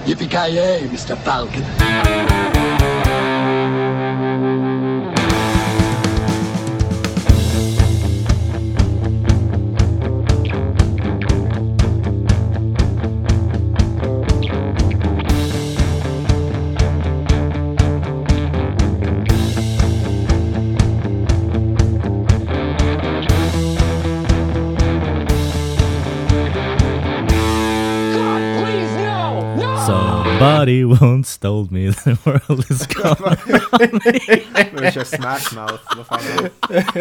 Yippee-ki-yay, Mr. Falcon. Somebody once told me the world is gone. Vi kör Smash Mouth. Vad fan är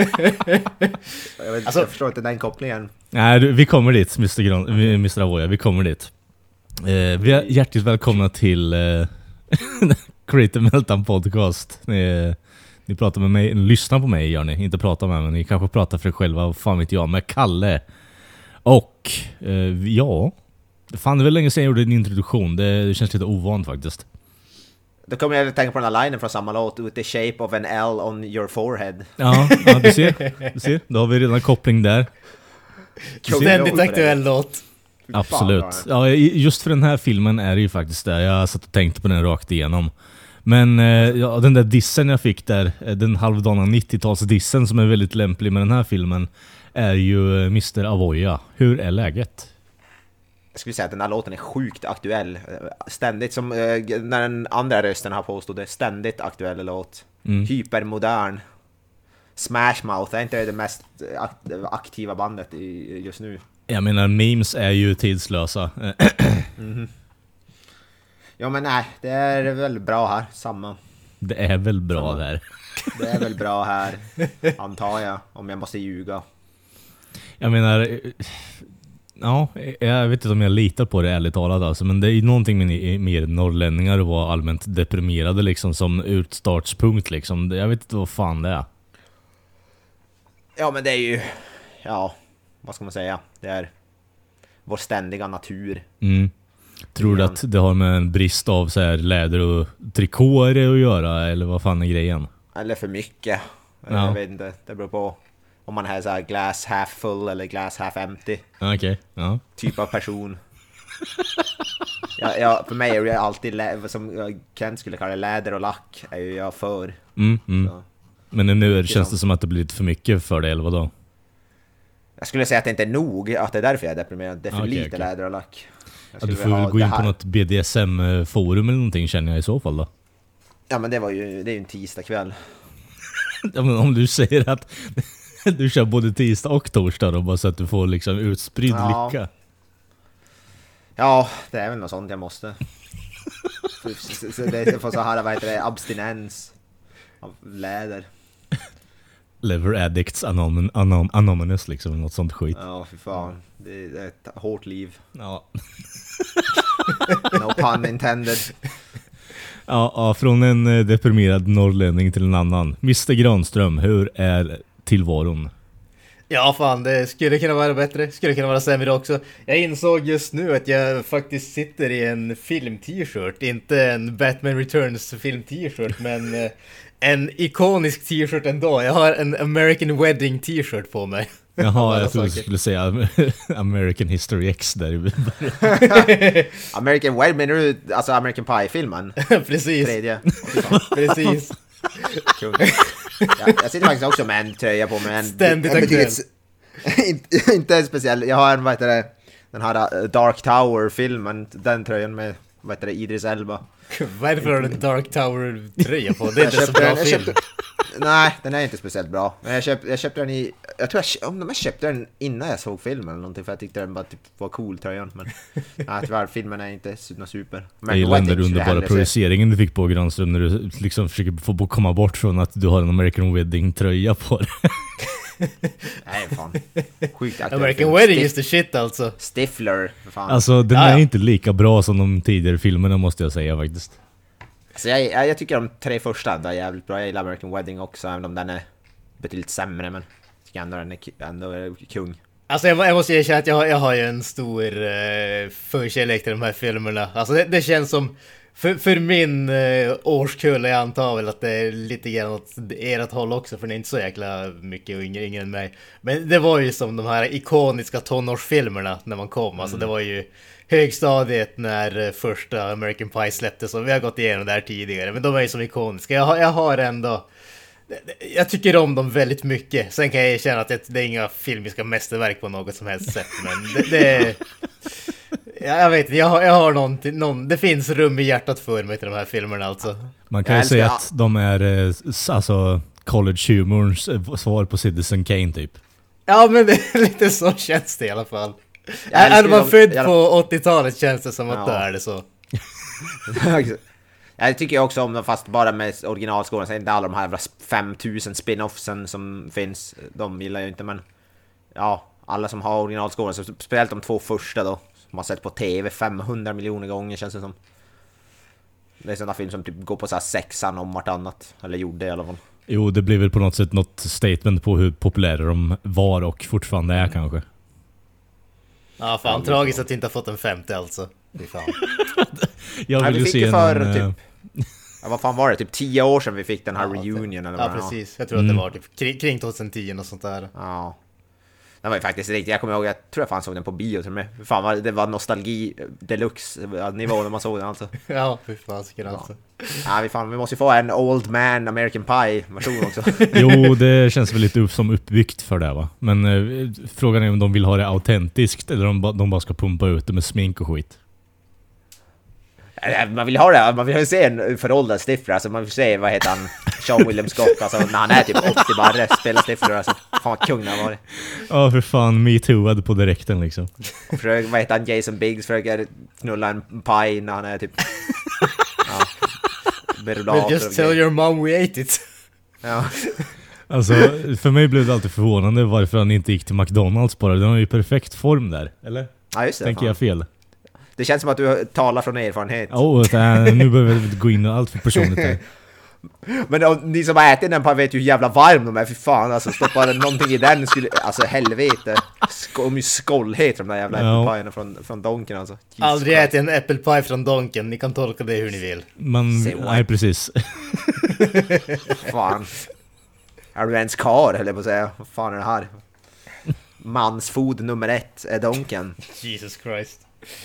det? Jag förstår inte den kopplingen. Nej, vi kommer dit, Mr. Avoya. Vi kommer dit. Vi är hjärtligt välkomna till Creative Meltdown Podcast. Ni pratar med mig, lyssnar på mig gör ni. Inte pratar med mig, men ni kanske pratar för er själva. Vad fan vet jag, med Kalle. Och ja... Fan, det var länge sedan jag gjorde en introduktion. Det känns lite ovant faktiskt. Då kommer jag att tänka på den här linen från samma låt. With the shape of an L on your forehead. Ja, du ser. Då har vi redan koppling där. Ständigt aktuell låt. Absolut. Ja, just för den här filmen är det ju faktiskt det. Jag satt och tänkte på den rakt igenom. Men ja, den där dissen jag fick där, den halvdana 90-talsdissen som är väldigt lämplig med den här filmen, är ju Mr. Avoya. Hur är läget? Jag skulle säga att den här låten är sjukt aktuell. Ständigt, som när den andra rösten har påstått, det är ständigt aktuell låt. Hypermodern. Smash Mouth är inte det mest aktiva bandet just nu. Jag menar, memes är ju tidslösa. Ja, men nej, det är väl bra här. Samma. Det är väl bra där. Det är väl bra här, antar jag, om jag måste ljuga. Jag menar... Ja, jag vet inte om jag litar på det ärligt talat alltså, men det är ju någonting med mer norrlänningar och var allmänt deprimerade liksom som utstartspunkt liksom. Jag vet inte vad fan det är. Ja, men det är ju, ja, vad ska man säga? Det är vår ständiga natur. Tror du att det har med en brist av så här läder och trikåer att göra, eller vad fan är grejen? Eller för mycket. Jag vet inte, det beror på om man har så här glass half full eller glass half empty. Okej, ja. Typ av person. Ja, för mig är det alltid som Kent skulle kalla läder och lack är ju jag för. Men nu känns det som att det blir lite för mycket för dig, eller vadå? Jag skulle säga att det inte är nog, att det är därför jag är deprimerad. Det är för lite läder och lack. Du får väl gå in på något BDSM-forum eller någonting, känner jag i så fall då. Ja, men det är ju en tisdag kväll. Ja, men om du säger att du kör både tisdag och torsdag då, bara så att du får liksom utspridd lycka. Ja, det är väl något sånt jag måste. Så det får så här, vad heter det, abstinens av läder. Lever Addicts Anonymous liksom, något sånt skit. Ja, för fan. Det är ett hårt liv. Ja. No pun intended. Ja, från en deprimerad norrlänning till en annan. Mr. Granström, hur är tillvaron? Ja, fan, det skulle kunna vara bättre. Skulle kunna vara sämre också. Jag insåg just nu att jag faktiskt sitter i en film-t-shirt. Inte en Batman Returns film-t-shirt, men en ikonisk t-shirt ändå. Jag har en American Wedding t-shirt på mig. Jaha, jag trodde du skulle säga American History X där. American Wedding, menar du alltså American Pie-filmen? Precis. Tredje. Precis. Jag sitter faktiskt också med en tröja på mig. Ständigt aktuell. Inte speciell. Jag har en, vad heter det, den här Dark Tower-filmen, den tröjan med, vad heter det, Idris Elba. Varför har du en Dark Tower-tröja på? Det är inte så bra film. Nej, den är inte speciellt bra. Men jag köpte den i... Jag tror jag köpte den innan jag såg filmen eller någonting, för jag tyckte den bara typ var cool, tröjan. Men nej, tyvärr, filmen är inte super. Jag gillar den underbara projiceringen du fick på, Granström, när du liksom försöker få komma bort från att du har en American Wedding-tröja på dig. Nej, fan. Sjukt aktuell American film. Wedding is the shit alltså. Stifler, för fan. Alltså, den är inte lika bra som de tidigare filmerna, måste jag säga faktiskt. Så jag tycker de 3 första är jävligt bra. Jag gillar American Wedding också, även om den är betydligt sämre, men jag tycker ändå den är ändå kung. Alltså jag måste erkänna att jag har ju en stor förkärlek till de här filmerna. Alltså det känns som, för min årskull, jag antar väl att det är lite grann åt ert håll också, för ni är inte så jäkla mycket yngre än mig. Men det var ju som de här ikoniska tonårsfilmerna när man kom. Alltså det var ju högstadiet när första American Pie släpptes, och vi har gått igenom det här tidigare. Men de är ju som ikoniska. Jag har ändå... Jag tycker om dem väldigt mycket. Sen kan jag erkänna att det är inga filmiska mästerverk på något som helst sätt. Men det jag vet inte, jag har någon, det finns rum i hjärtat för mig till de här filmerna alltså. Man kan ju säga att de är alltså college humors svar på Citizen Kane typ. Ja, men det är lite så känns det i alla fall. Är man född på 80-talet känns det som att det är det så. Jag tycker också om dem, fast bara med originalskålen. Så inte alla de här 5000 spin-offsen som finns. De gillar jag inte, men ja, alla som har originalskålen, så speciellt de 2 första då, som har sett på tv 500 miljoner gånger, känns det som. Det är sådana film som typ går på så här 6an om vartannat, eller gjorde i alla fall. Jo, det blir väl på något sätt något statement på hur populära de var och fortfarande är kanske. Ja, fan, tragiskt att vi inte har fått en 50 alltså. Fan. Jag vill vi ju fick se ju för en, typ, vad fan var det? Typ 10 år sedan vi fick den här reunion eller vad. Ja, precis. Jag tror att det var typ kring 2010 och sånt där. Ja. Det var ju faktiskt riktigt. Jag kommer ihåg, jag tror jag fan såg den på bio till mig. Fan, det var nostalgi deluxe nivå när man såg den alltså. Ja, fy fasiken alltså. Ja, vi måste ju få en Old Man American Pie version också. Jo, det känns väl lite som uppbyggt för det, va? Men frågan är om de vill ha det autentiskt eller om de bara ska pumpa ut det med smink och skit. Man vill ha det, man vill se en föråldrad Stifler, alltså man vill se, vad heter han, Sean William Scott, alltså när han är typ 80 bara spelar Stifler, alltså fan vad kung han var det. Ja, för fan, me too på direkten liksom. Och försöker, vad heter han, Jason Biggs försöker knulla en pie när han är typ We'll just tell your mom we ate it. Ja. Alltså, för mig blev det alltid förvånande varför han inte gick till McDonalds bara. Den har ju perfekt form där, eller? Ja, just det. Tänker jag fel? Det känns som att du talar från erfarenhet. Nu behöver vi gå in och allt för personligt här. Men ni som har ätit den paj vet ju hur jävla varm de är, för fan. Alltså stoppa någonting i den skulle, alltså helvete. Skållhet de där jävla äppelpajerna från Donken alltså. Jesus aldrig Christ. ätit en äppelpaj från Donken, ni kan tolka det hur ni vill. Nej, precis. Fan. Är du ens kar, höll jag på att säga. Vad fan är det här? Mansfod nummer 1 är Donken. Jesus Christ.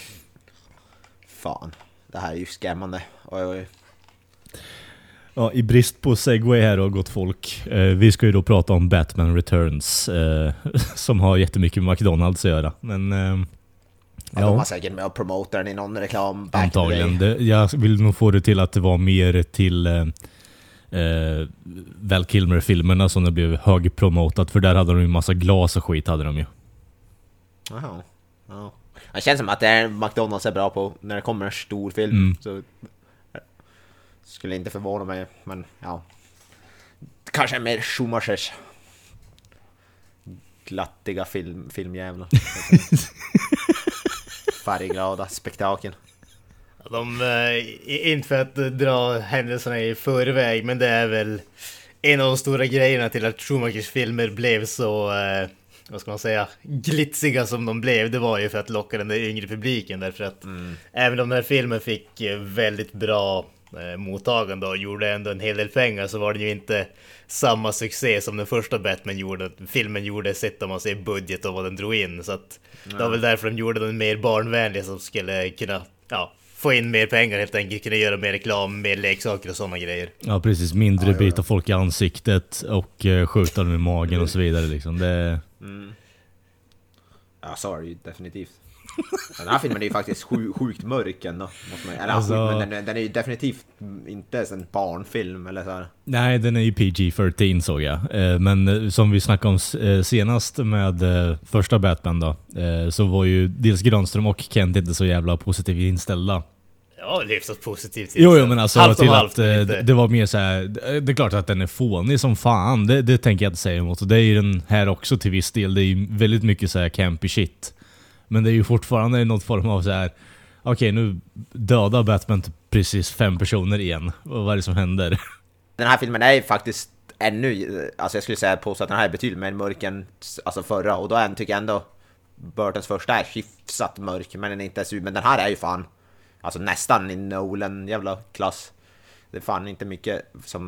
Fan, det här är ju skrämmande. Oj. Ja, i brist på segway här och gott folk. Vi ska ju då prata om Batman Returns som har jättemycket med McDonalds att göra. Men de har säkert med att promota den i någon reklam. Antagligen. Jag vill nog få det till att det var mer till Val Kilmer-filmerna som det blev högpromotat. För där hade de ju massa glas och skit hade de ju. Jaha. Ja. Det känns som att McDonalds är bra på när det kommer en stor film. Så skulle inte förvåna mig, men ja. Kanske mer Schumachers glattiga filmjävlar. Färgglada spektakel. Inte för att dra händelserna i förväg, men det är väl en av de stora grejerna till att Schumachers filmer blev så vad ska man säga, glitsiga som de blev. Det var ju för att locka den där yngre publiken, därför att även om den här filmen fick väldigt bra mottagande och gjorde ändå en hel del pengar, så var det ju inte samma succé som den första Batman gjorde. Filmen gjorde, sett om man ser budget och vad den drog in, så att det var väl därför de gjorde den mer barnvänlig, som skulle kunna få in mer pengar helt enkelt, kunna göra mer reklam, mer leksaker och sådana grejer. Ja, precis. Mindre bita folk i ansiktet och skjuta dem i magen och så vidare liksom. Det... Ja, så är det ju definitivt. Den här filmen är ju faktiskt sjukt mörk ändå, måste man, eller alltså... men den är ju definitivt inte en barnfilm eller så här. Nej, den är ju PG-13 såg jag. Men som vi snackade om senast med första Batman då, så var ju dels Granström och Kent inte så jävla positivt inställda. Ja, det är så positivt. Jo, men alltså halvt till halvt, att det var mer så här. Det är klart att den är fånig som fan. Det tänker jag inte säga emot. Och det är ju den här också till viss del. Det är ju väldigt mycket så här campy shit. Men det är ju fortfarande något form av så här. Okej, nu dödar Batman precis 5 personer igen. Och vad är det som händer? Den här filmen är faktiskt ännu, alltså jag skulle säga på så att den här är betydligt mer mörk än alltså förra. Och då tycker jag ändå Burtons första är hyfsat mörk, men den är inte men den här är ju fan alltså nästan i Nolan jävla klass. Det är fan inte mycket som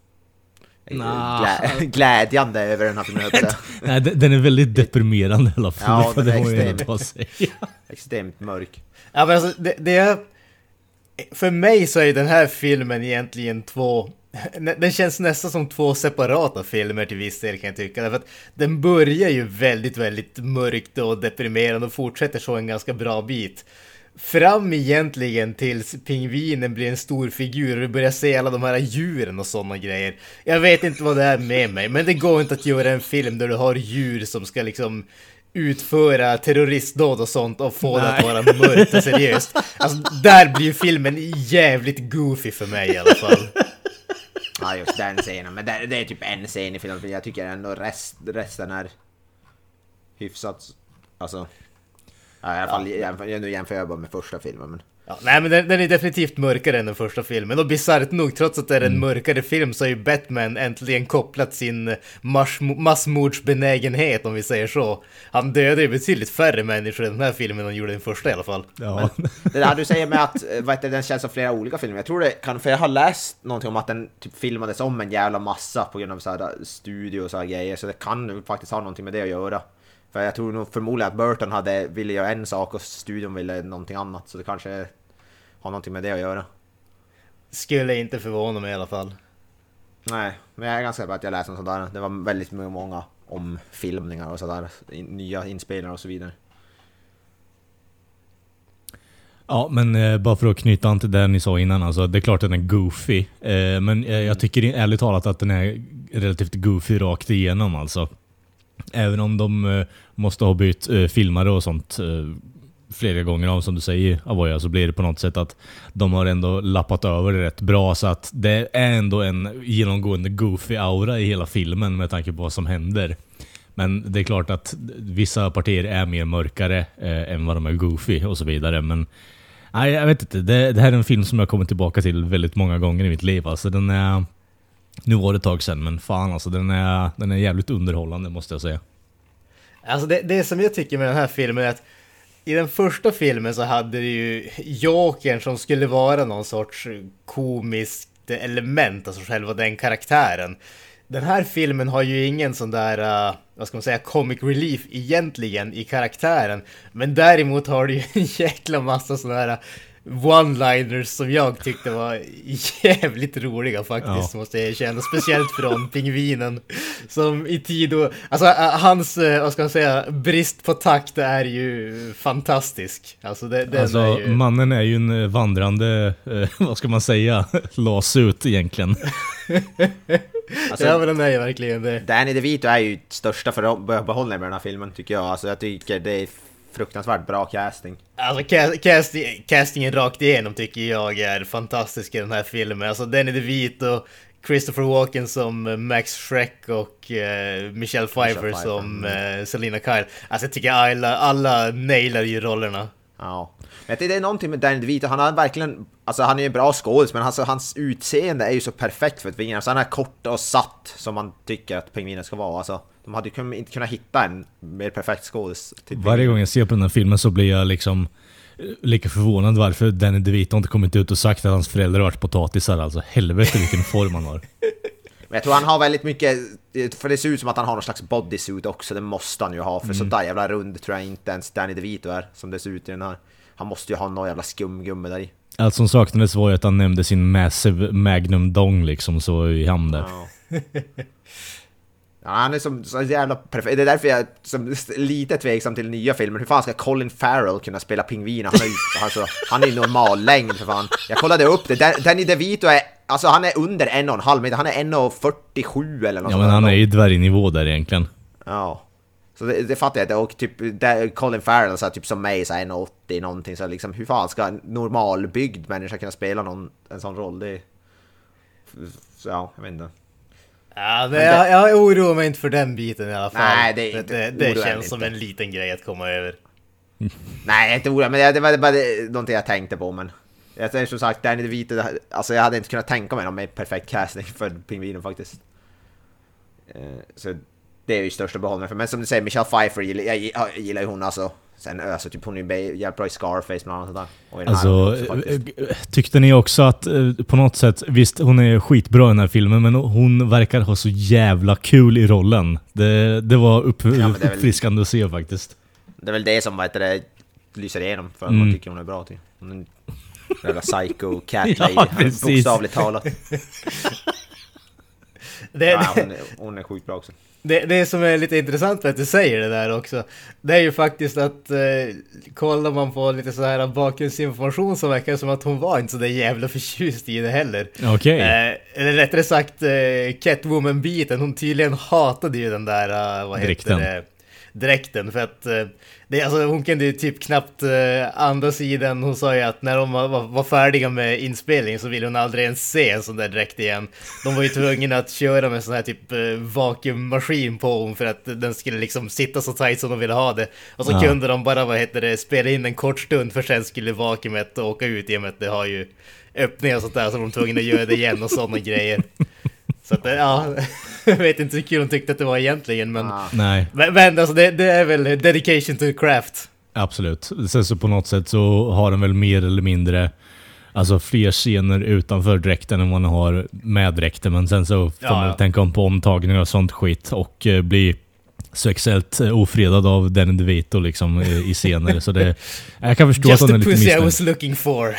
glädjande över den här filmen. Nej, den är väldigt deprimerande i alla fall. Ja, den är extremt mörk. Ja, men alltså, det är... För mig så är den här filmen egentligen den känns nästan som två separata filmer till viss del, kan jag tycka. Därför att den börjar ju väldigt, väldigt mörkt och deprimerande och fortsätter så en ganska bra bit. Fram egentligen tills pingvinen blir en stor figur och vi börjar se alla de här djuren och sådana grejer. Jag vet inte vad det är med mig, men det går inte att göra en film där du har djur som ska liksom utföra terroristdåd och sånt och få det att vara mörkt och seriöst. Alltså, där blir filmen jävligt goofy för mig i alla fall. Ja, just den scenen. Men det är typ en scen i filmen. Jag tycker ändå resten är hyfsat. Alltså, ja, i alla fall nu jämför jag bara med första filmen. Men... Ja, nej, men den är definitivt mörkare än den första filmen. Och bizarrt nog, trots att det är en mörkare film, så är ju Batman äntligen kopplat sin massmordsbenägenhet, om vi säger så. Han dödade ju betydligt färre människor i den här filmen än han gjorde i den första i alla fall. Ja. Men det där du säger med att den känns som flera olika filmer. Jag tror det kan, för jag har läst någonting om att den typ filmades om en jävla massa på grund av så här studio och så här grejer. Så det kan faktiskt ha någonting med det att göra. För jag tror nog förmodligen att Burton ville göra en sak och studion ville någonting annat. Så det kanske har någonting med det att göra. Skulle inte förvåna mig i alla fall. Nej, men jag är ganska säker på att jag läste något sånt där. Det var väldigt många omfilmningar och sådär. Nya inspelningar och så vidare. Ja, men bara för att knyta an till det ni sa innan, alltså, det är klart att den är goofy. Men jag tycker ärligt talat att den är relativt goofy rakt igenom alltså. Även om de måste ha bytt filmare och sånt flera gånger om, som du säger, Avoya, så blir det på något sätt att de har ändå lappat över det rätt bra, så att det är ändå en genomgående goofy aura i hela filmen med tanke på vad som händer. Men det är klart att vissa partier är mer mörkare än vad de är goofy och så vidare. Men nej, jag vet inte, det här är en film som jag kommer tillbaka till väldigt många gånger i mitt liv. Alltså den är... Nu var det ett tag sedan, men fan alltså, den är jävligt underhållande, måste jag säga. Alltså det som jag tycker med den här filmen är att i den första filmen så hade det ju Jokern som skulle vara någon sorts komiskt element, alltså själva den karaktären. Den här filmen har ju ingen sån där, vad ska man säga, comic relief egentligen i karaktären. Men däremot har det ju en jäkla massa såna här one-liners som jag tyckte var jävligt roliga faktiskt, måste jag erkänna. Speciellt från pingvinen som i tid och... Alltså hans, vad ska man säga, brist på takt är ju fantastisk. Alltså, alltså är ju... mannen är ju en vandrande, vad ska man säga, lasut egentligen. Alltså, ja, men den är ju verkligen det. Danny DeVito är ju största behållningen med den här filmen, tycker jag. Alltså jag tycker det är fruktansvärt bra casting. Alltså castingen rakt igenom tycker jag är fantastisk i den här filmen. Alltså Danny DeVito, Christopher Walken som Max Schreck och Michelle Pfeiffer som Selina Kyle. Alltså jag tycker alla nailar ju rollerna. Ja. Men det är någonting med Danny DeVito, han har verkligen, alltså han är ju en bra skådis, men alltså, hans utseende är ju så perfekt för ett pingvin. Alltså han är kort och satt som man tycker att pingvinen ska vara. Alltså de hade ju inte kunnat hitta en mer perfekt skådis. Varje gång jag ser på den här filmen så blir jag liksom lika förvånad varför Danny DeVito inte kommit ut och sagt att hans föräldrar har varit potatisar. Alltså helvete vilken form han har. Men jag tror han har väldigt mycket, för det ser ut som att han har någon slags bodysuit också, det måste han ju ha, för så där jävla rund tror jag inte ens Danny DeVito är som det ser ut i den här. Han måste ju ha någon jävla skumgumme där i. Allt som saknades var ju att han nämnde sin massive magnum dong liksom, så i hamn där. Ja. Ja, han är som så jävla perfekt. Det är därför jag är som lite tveksam till nya filmer. Hur fan ska Colin Farrell kunna spela pingvin? Han är ju normal längd för fan. Jag kollade upp det. Danny DeVito är, alltså han är under 1,5 meter. Han är 1,47 eller något. Ja, men han är ju dvärgnivå där egentligen. Ja. Så det fattar jag inte. Och typ Colin Farrell så typ som mig så 1,80 någonting, så liksom hur fan ska en normalbyggd människa kunna spela en sån roll? Det är... Så, ja, jag vet inte. Ja, jag oroar mig inte för den biten i alla fall. Nej, det känns som en liten grej att komma över. Nej, jag inte oroar, men det var bara någonting jag tänkte på. Men jag säger som sagt, Danny DeVito, alltså jag hade inte kunnat tänka mig någon mer perfekt casting för pingvinen faktiskt. Så Det är ju största behållningen för. Men som du säger, Michelle Pfeiffer jag gillar ju hon alltså. Sen alltså, typ hon är jävligt bra i Scarface bland annat sådär. Alltså, tyckte ni också att på något sätt, visst hon är skitbra i den här filmen, men hon verkar ha så jävla kul i rollen. Det var uppfriskande att se faktiskt. Det är väl det som lyser igenom för att man tycker hon är bra till. Hon är jävla psycho cat lady, bokstavligt talat. Hon är sjukt bra också. Det som är lite intressant för att du säger det där också, det är ju faktiskt att kollar man på lite så här bakgrundsinformation så verkar det som att hon var inte så där jävla förtjust i det heller. Okej. Eller rättare sagt Catwoman-biten, hon tydligen hatade ju den där, vad heter det? Dräkten, för att alltså, hon kunde ju typ knappt andra sidan. Hon sa ju att när de var färdiga med inspelningen så ville hon aldrig ens se en sån där dräkt igen. De var ju tvungna att köra med sån här typ vakuummaskin på hon för att den skulle liksom sitta så tight som de ville ha det. Och så kunde de bara, spela in en kort stund för sen skulle vakuumet åka ut i och med att det har ju öppningar och sånt där, så de tvungna att göra det igen och sådana grejer. Så att, ja, jag vet inte hur kul hon tyckte att det var egentligen, men, nej. Men alltså, det är väl dedication to the craft. Absolut. Sen så på något sätt så har den väl mer eller mindre alltså fler scener utanför dräkten än vad man har med dräkten, men sen så får man tänka om på omtagningar och sånt skit och bli sexuellt ofredad av Danny DeVito liksom i scener, så det jag kan förstå just att hon är lite missnöjd. Just the pussy I was looking for.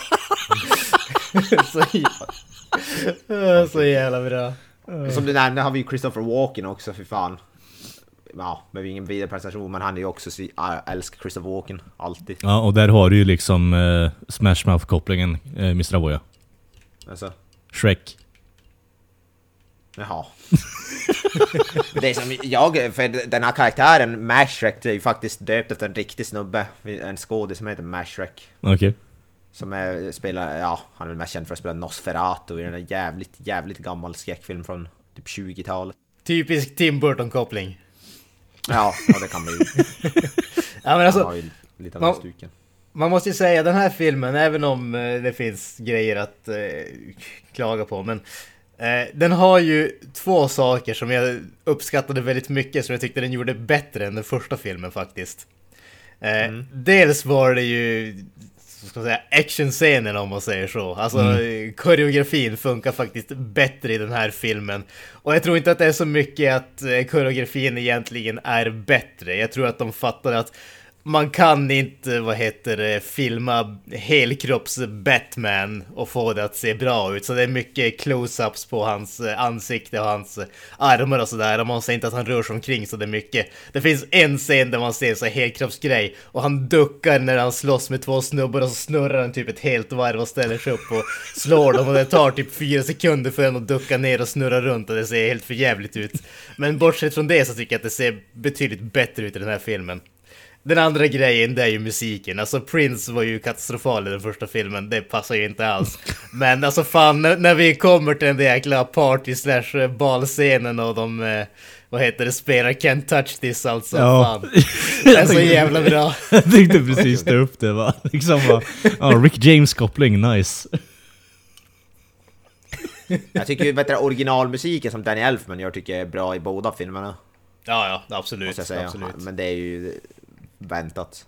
Så jävla bra. Som du nämnde har vi Christopher Walken också, för fan. Ja, men ingen vidare presentation, men han är ju också älskar Christopher Walken alltid. Ja, och där har du ju liksom Smash Mouth-kopplingen, Mr. Avoya. Alltså Shrek. Jaha. Det är som för den här karaktären Mash Shrek är ju faktiskt döpt efter en riktig snubbe, en skådespelare som heter Mash Shrek. Okej. Som spelar, han är väl mest känd för att spela Nosferatu i den där jävligt gammal skräckfilm från typ 20-talet. Typisk Tim Burton-koppling. Ja, det kan man ju. Ja, men alltså, lite av stuken. Man måste ju säga den här filmen, även om det finns grejer att klaga på, men den har ju två saker som jag uppskattade väldigt mycket, som jag tyckte den gjorde bättre än den första filmen faktiskt. Dels var det ju, ska man säga, actionscenen, om man säger så. Alltså koreografin funkar faktiskt bättre i den här filmen. Och jag tror inte att det är så mycket att koreografin egentligen är bättre. Jag tror att de fattar att man kan inte, filma helkropps Batman och få det att se bra ut. Så det är mycket close-ups på hans ansikte och hans armar och sådär. Och man ser inte att han rör sig omkring så det är mycket. Det finns en scen där man ser så helkroppsgrej och han duckar när han slåss med två snubbar och så snurrar han typ ett helt varv och ställer sig upp och slår dem. Och det tar typ 4 sekunder för honom att ducka ner och snurra runt och det ser helt för jävligt ut. Men bortsett från det så tycker jag att det ser betydligt bättre ut i den här filmen. Den andra grejen, det är ju musiken. Alltså Prince var ju katastrofal i den första filmen. Det passar ju inte alls. Men alltså fan, när vi kommer till den där jäkla party/balscenen och de, spelar Can't Touch This alltså. Ja. Fan. Det är så jävla bra. Jag tänkte precis ta upp det, va? Liksom Rick James koppling, nice. Jag tycker ju originalmusiken som Danny Elfman gör tycker jag är bra i båda filmerna. Ja, absolut. Men det är ju väntat.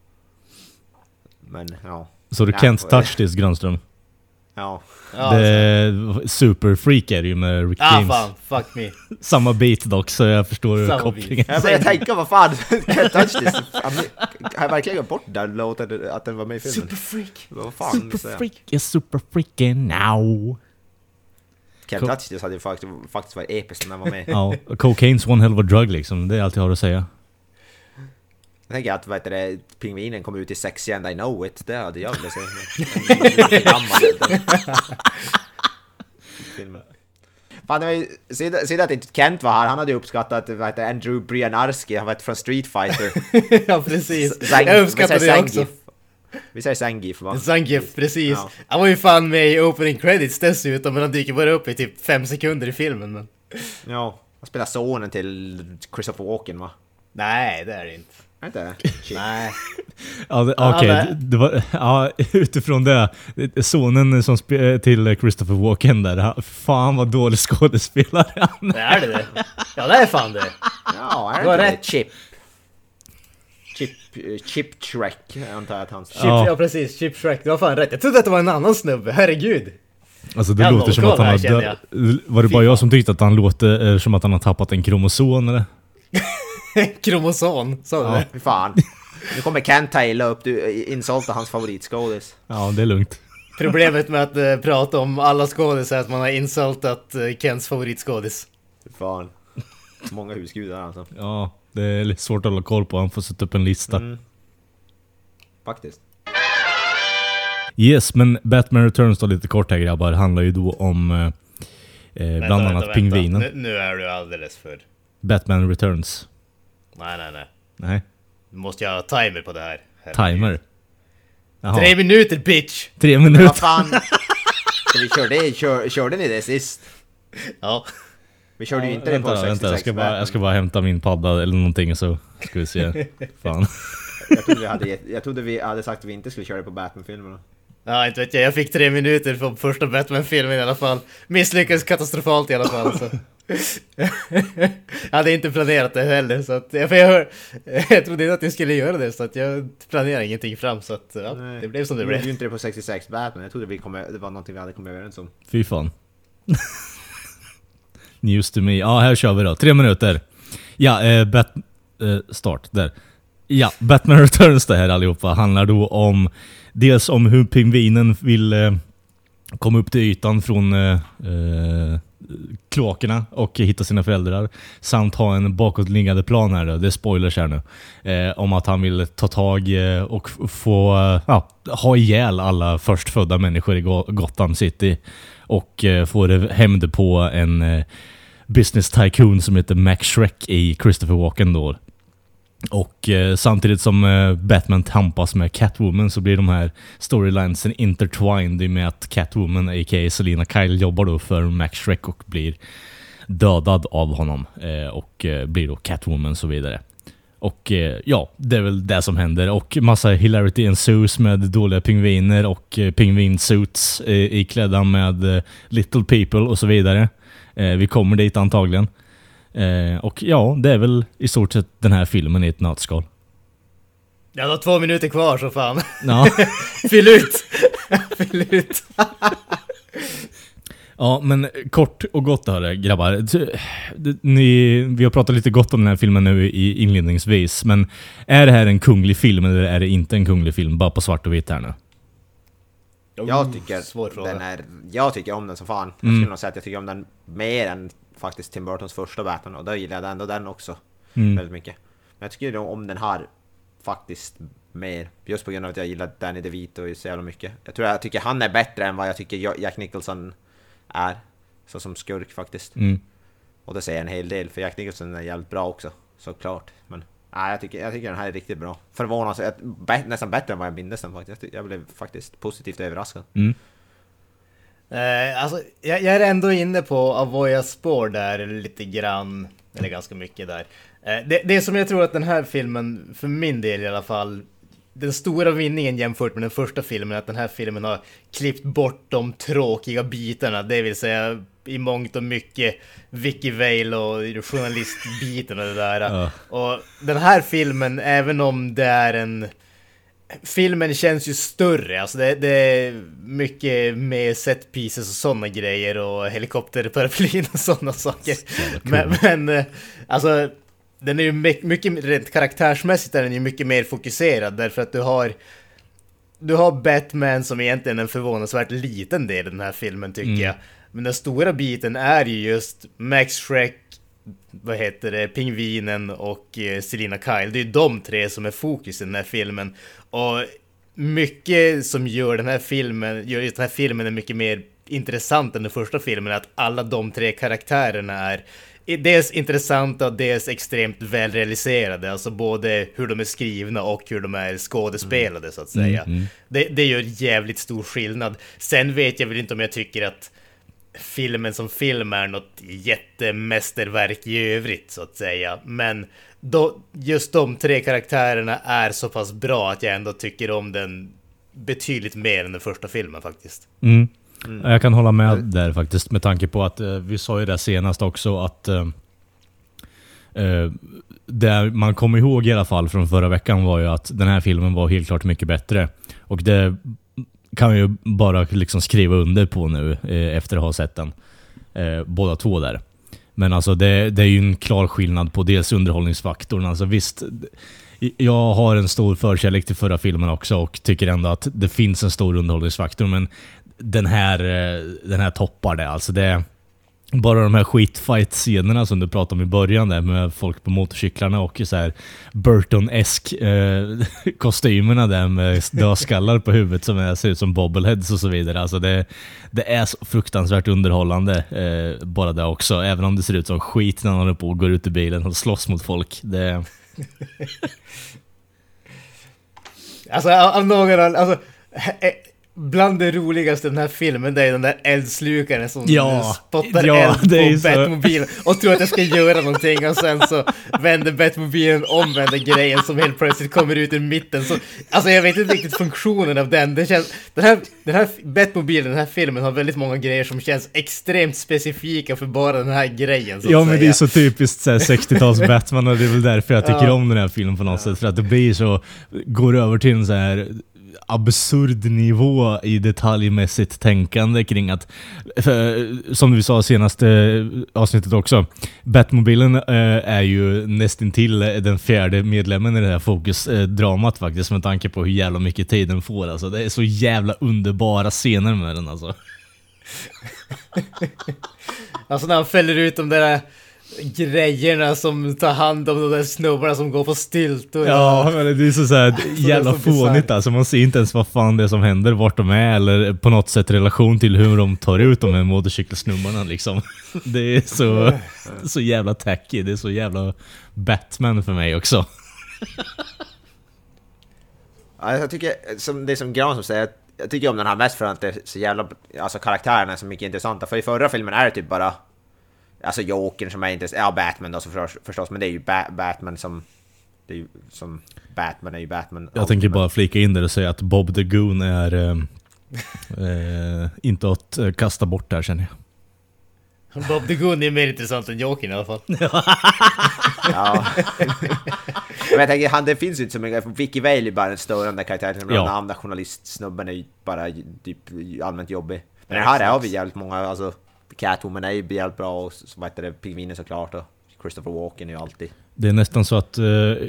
Men ja. Så du Can't Touch This, Granström? Ja. Super Freak är det ju med Rick James. Fan, fuck me. Samma beat dock, så jag förstår kopplingen. Jag tänker, vad fan, Can't Touch This. Jag verkligen glömt bort den låten, att den var med i filmen. Super Freak. Vad fan, Super Freak is super freaking now. Can't Touch This hade ju faktiskt varit episkt när den var med. Ja, cocaine's one hell of a drug liksom. Det är allt jag har att säga. Jag tänker att pingvinen kommer ut i Sexy and I Know It. Det hade jag velat se. Fan, se att inte Kent var här. Han hade ju uppskattat Andrew Brianarski. Han var från Street Fighter. Ja, precis. Jag uppskattade det också. Vi säger Zangief, va? Zangief, precis. Ja. Han var ju fan med i opening credits dessutom, men han dyker bara upp i typ 5 sekunder i filmen. Men... Ja, han spelar sonen till Christopher Walken, va? Nej, det är det inte. Är inte det? Nej. Ja, okej. Det var, ja, utifrån det. Sonen som till Christopher Walken där. Fan vad dålig skådespelare han är. Är det? Ja, det är fan det. Ja, är Du har det rätt. Chip Shrek, antar jag att han... Ja, precis. Chip Shrek. Du har fan rätt. Jag trodde att det var en annan snubbe. Herregud. Alltså det Jag låter som att han här, har var det bara jag som tyckte att han låter som att han har tappat en kromosom eller? Kromosom, sa du det? Fy fan. Nu kommer Ken Taylor upp, du insultar hans favoritskådis. Ja, det är lugnt. Problemet med att prata om alla skådisar är att man har insultat Kens favoritskådis. Fy fan. Många husgudar alltså. Ja, det är lite svårt att hålla koll på. Han får sätta upp en lista. Faktiskt. Yes, men Batman Returns då lite kort här grabbar. Handlar ju då om bland annat pingvinen. Nu är du alldeles för... Batman Returns. Nej. Du måste ju ha timer på det här. Timer? Jaha. 3 minuter, bitch! 3 minuter? Vad fan? Så vi körde ni det sist? Ja. Vi körde ju inte det på 66. Vänta, jag ska bara hämta min padda eller någonting så ska vi se. Fan. Jag trodde vi hade sagt att vi inte skulle köra det på Batman-filmerna. Ja, inte vet jag. Jag fick 3 minuter från första Batman-filmen i alla fall. Misslyckades katastrofalt i alla fall. Så. Jag hade inte planerat det heller. Så att, jag trodde inte att jag skulle göra det. Så att jag planerade ingenting fram. Så att, ja, det blev som det blev. Vi gjorde inte det på 66 Batman. Jag trodde det var någonting vi hade kommit överens om. Fy fan. News to me. Ja, här kör vi då. 3 minuter. Ja, start där. Ja, Batman Returns det här allihopa handlar då om dels om hur pingvinen vill komma upp till ytan från kloakerna och hitta sina föräldrar samt ha en bakåtliggande plan här då. Det är spoilers här nu. Om att han vill ta tag och få ha ihjäl alla förstfödda människor i Gotham City och få det hämnd på en business tycoon som heter Max Shrek i Christopher Walken då. Och samtidigt som Batman tampas med Catwoman så blir de här storylinesen intertwined med att Catwoman, a.k.a. Selina Kyle, jobbar då för Max Shrek och blir dödad av honom och blir då Catwoman och så vidare. Och ja, det är väl det som händer. Och massa hilarity ensues med dåliga pingviner och pingvinsuits iklädda med little people och så vidare. Vi kommer dit antagligen. Och ja, det är väl i stort sett den här filmen i ett nötskal. Jag har 2 minuter kvar så fan. Ja. Fyll ut. Fyll ut. Ja, men kort och gott här grabbar. Vi har pratat lite gott om den här filmen nu i inledningsvis. Men är det här en kunglig film eller är det inte en kunglig film? Bara på svart och vitt här nu. Jag tycker om den som fan. Jag skulle nog säga att jag tycker om den mer än faktiskt Tim Burtons första Batman. Och då gillar jag ändå den också väldigt mycket. Men jag tycker om den här faktiskt mer. Just på grund av att jag gillar Danny DeVito så jävla mycket. Jag tycker han är bättre än vad jag tycker Jack Nicholson är. Så som skurk faktiskt. Och det säger en hel del. För Jack Nicholson är jävligt bra också. Såklart. Men jag tycker den här är riktigt bra. Förvånansvärt. Nästan bättre än vad jag minns den faktiskt. Jag blev faktiskt positivt överraskad. Alltså, jag är ändå inne på Avoyas spår där lite grann. Eller ganska mycket där. Det som jag tror att den här filmen, för min del i alla fall, den stora vinningen jämfört med den första filmen är att den här filmen har klippt bort de tråkiga bitarna. Det vill säga i mångt och mycket Vicky Vale och journalistbiten och det där. Och den här filmen, även om det är en... Filmen känns ju större, alltså det är mycket mer set pieces och sådana grejer och helikopterparaplyn och sådana saker. Men alltså den är ju mycket rent karaktärsmässigt är den ju mycket mer fokuserad därför att du har Batman som egentligen är en förvånansvärt liten del i den här filmen tycker jag. Men den stora biten är ju just Max Shrek, pingvinen och Selina Kyle. Det är ju de tre som är fokus i den här filmen. Och mycket som gör den här filmen är mycket mer intressant än den första filmen, att alla de tre karaktärerna är dels intressanta och dels extremt välrealiserade, alltså både hur de är skrivna och hur de är skådespelade så att säga. Det gör jävligt stor skillnad. Sen vet jag väl inte om jag tycker att filmen som film är något jättemästerverk i övrigt så att säga. Men just de 3 karaktärerna är så pass bra att jag ändå tycker om den betydligt mer än den första filmen faktiskt. Jag kan hålla med där faktiskt, med tanke på att vi sa ju det senast också att det man kommer ihåg i alla fall från förra veckan var ju att den här filmen var helt klart mycket bättre. Och det kan jag ju bara liksom skriva under på nu efter att ha sett den. Båda två där. Men alltså det är ju en klar skillnad på dels underhållningsfaktorn. Alltså visst, jag har en stor förkärlek till förra filmen också och tycker ändå att det finns en stor underhållningsfaktor, men den här toppar det. Alltså det bara de här skitfight-scenerna som du pratade om i början där med folk på motorcyklarna och så här Burton-esk kostymerna där med dödskallar på huvudet som ser ut som bobbleheads och så vidare. Alltså det är så fruktansvärt underhållande bara det också, även om det ser ut som skit när han håller på och går ut i bilen och slåss mot folk. Det alltså av någon alltså bland det roligaste i den här filmen, det är den där eldslukaren som spottar eld på Batmobilen och tror att jag ska göra någonting, och sen så vänder Batmobilen om, vänder grejen som helt plötsligt kommer ut i mitten. Så, alltså jag vet inte riktigt funktionen av den. Det känns, den här Batmobilen, den här filmen har väldigt många grejer som känns extremt specifika för bara den här grejen. Så men det är så typiskt 60-tals Batman, och det är väl därför jag tycker om den här filmen på något sätt, för att det blir så, går över till en så här absurd nivå i detaljmässigt tänkande kring att, som vi sa senaste avsnittet också, Batmobilen är ju nästintill den 4:e medlemmen i det här fokusdramat faktiskt, med tanke på hur jävla mycket tid den får. Alltså, det är så jävla underbara scener med den alltså. Alltså när han fäller ut de där grejerna som tar hand om de där snubbarna som går på stilt och men det är så här jävla fånigt alltså. Man ser inte ens vad fan det är som händer, vart de är, eller på något sätt relation till hur de tar ut de här motorcykelsnubbarna liksom. Det är så jävla tacky. Det är så jävla Batman för mig också. Ja, jag tycker det som Gran som säger, jag tycker om den här mest för att det är så jävla, alltså karaktärerna är så mycket intressanta. För i förra filmen är det typ bara, alltså Jokern som är intressant, ja Batman då förstås, men det är ju Batman som, det är ju som Batman är ju Batman. Jag tänker bara flika in där och säga att Bob the Goon är inte att kasta bort där, känner jag. Bob the Goon är mer intressant än Jokern i alla fall. Ja. Men jag tänker, det finns ju inte så mycket. Vicky Vale är bara en störande karaktär. Den andra journalistsnubben är ju bara typ allmänt jobbig. Men här har vi jävligt många, alltså Catwoman är ju jävligt bra, och så vad heter det, Pingvinen såklart, och Christopher Walken är ju alltid. Det är nästan så att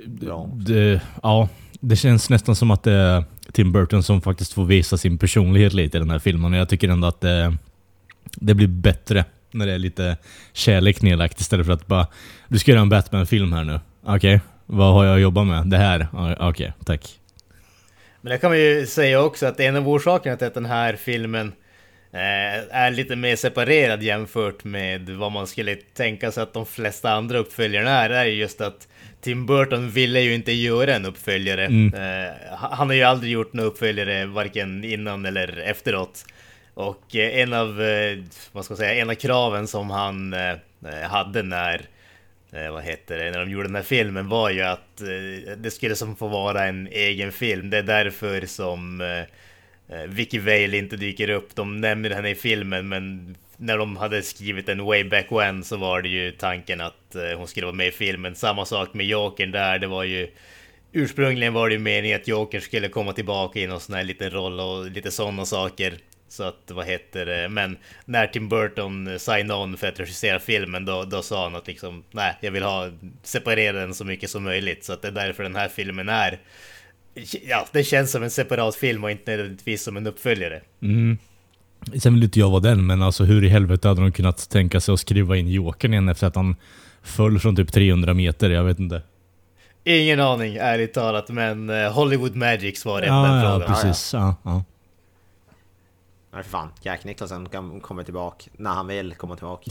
det känns nästan som att det är Tim Burton som faktiskt får visa sin personlighet lite i den här filmen, och jag tycker ändå att det blir bättre när det är lite kärlek nedlagt, istället för att bara, du ska göra en Batman-film här nu. Okej, vad har jag att jobba med? Det här? Okej, tack. Men det kan man ju säga också att en av orsakerna till att den här filmen är lite mer separerad jämfört med vad man skulle tänka sig att de flesta andra uppföljarna är just att Tim Burton ville ju inte göra en uppföljare. Han har ju aldrig gjort någon uppföljare varken innan eller efteråt. Och en av kraven som han hade när de gjorde den här filmen var ju att det skulle som få vara en egen film. Det är därför som Vicky Vale inte dyker upp. De nämner henne i filmen, men när de hade skrivit en way back when så var det ju tanken att hon skulle vara med i filmen. Samma sak med Jokern där, det var ju ursprungligen var det ju meningen att Joker skulle komma tillbaka i någon sån här liten roll och lite sådana saker. Så att, men när Tim Burton signade on för att regissera filmen, då sa han att liksom, nej, jag vill separera den så mycket som möjligt. Så att det är därför den här filmen är, det känns som en separat film och inte nödvändigtvis som en uppföljare. Sen vill inte jag vara den, men alltså hur i helvete hade de kunnat tänka sig att skriva in Jokern igen efter att han föll från typ 300 meter, jag vet inte. Ingen aning, ärligt talat, men Hollywood Magic var det den frågan. Ja, precis. Ja. Nej, för fan. Jack Nicholson kan komma tillbaka när han vill komma tillbaka.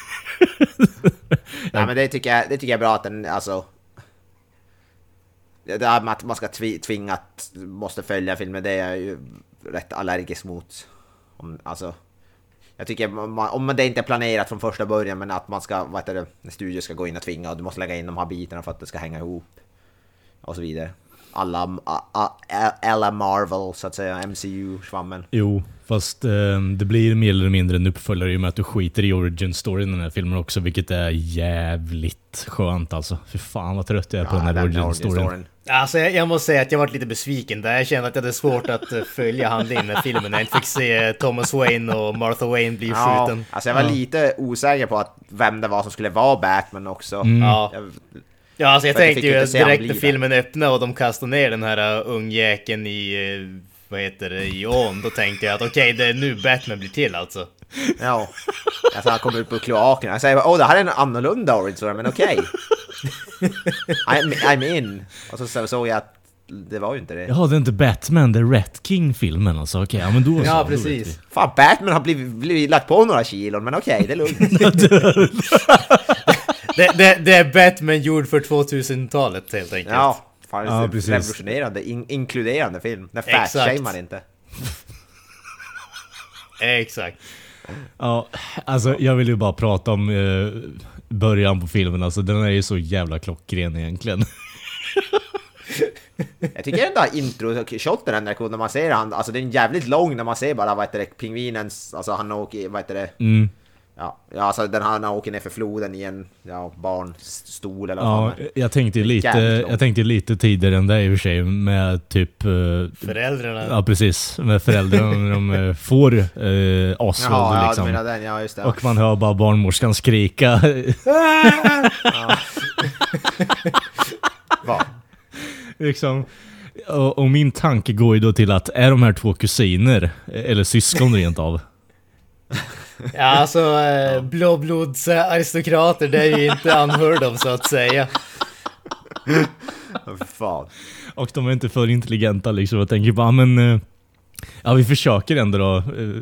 Nej, men det tycker jag är bra att den, alltså, det här med att man ska tvinga att måste följa filmen, det är jag ju rätt allergisk mot. Alltså, Jag tycker om det inte är planerat från första början, men att man ska, en studio ska gå in och tvinga och du måste lägga in de här bitarna för att det ska hänga ihop och så vidare. Alla Marvel så att säga, MCU-svammen. Jo, fast det blir mer eller mindre en uppföljare i och med att du skiter i origin-storyn i den här filmen också, vilket är jävligt skönt alltså. För fan vad trött jag är på den här origin-storyn. Alltså jag måste säga att jag varit lite besviken där. Jag kände att jag hade svårt att följa handlingen i filmen när jag inte fick se Thomas Wayne och Martha Wayne bli skjuten. Alltså jag var lite osäker på vem det var som skulle vara Batman också. Ja, alltså jag tänkte ju direkt när filmen öppnade och de kastade ner den här ungjäkeln i, i ån, då tänkte jag att okej, det är nu Batman blir till alltså. Ja, alltså han kommer ut på kloaken. Jag säger, det här är en annorlunda origin story, men okej. I'm in. Och så såg jag att det var ju inte det. Ja, det är inte Batman, det är Rat King-filmen alltså. Okej, ja men då så. Ja, precis. Fan, Batman har blivit lagt på några kilon, men okej, det är lugnt. Det är Batman gjord för 2000-talet helt enkelt. Ja, fan, ja, revolutionerande, inkluderande film. Den fat-shamear inte. Exakt. Ja, alltså jag vill ju bara prata om början på filmen. Alltså den är ju så jävla klockren egentligen. Jag tycker ändå intro-shoten när man ser han, alltså det är en jävligt lång när man ser bara pingvinens, alltså han åker, Ja, alltså han åker ner för floden i en barnstol eller vad. Ja, jag tänkte lite tidigare än det i och för sig med typ föräldrarna. Ja, precis, med föräldrarna när de får asvåld liksom. Den, ja, just det. Och man hör bara barnmorskan skrika. Va? Liksom. Och min tanke går ju då till att är de här två kusiner eller syskon rent av? Ja, alltså blåblodsaristokrater, det är ju inte unheard of så att säga. Fan. Och de är inte för intelligenta liksom. Jag tänker bara, men ja, vi försöker ändå då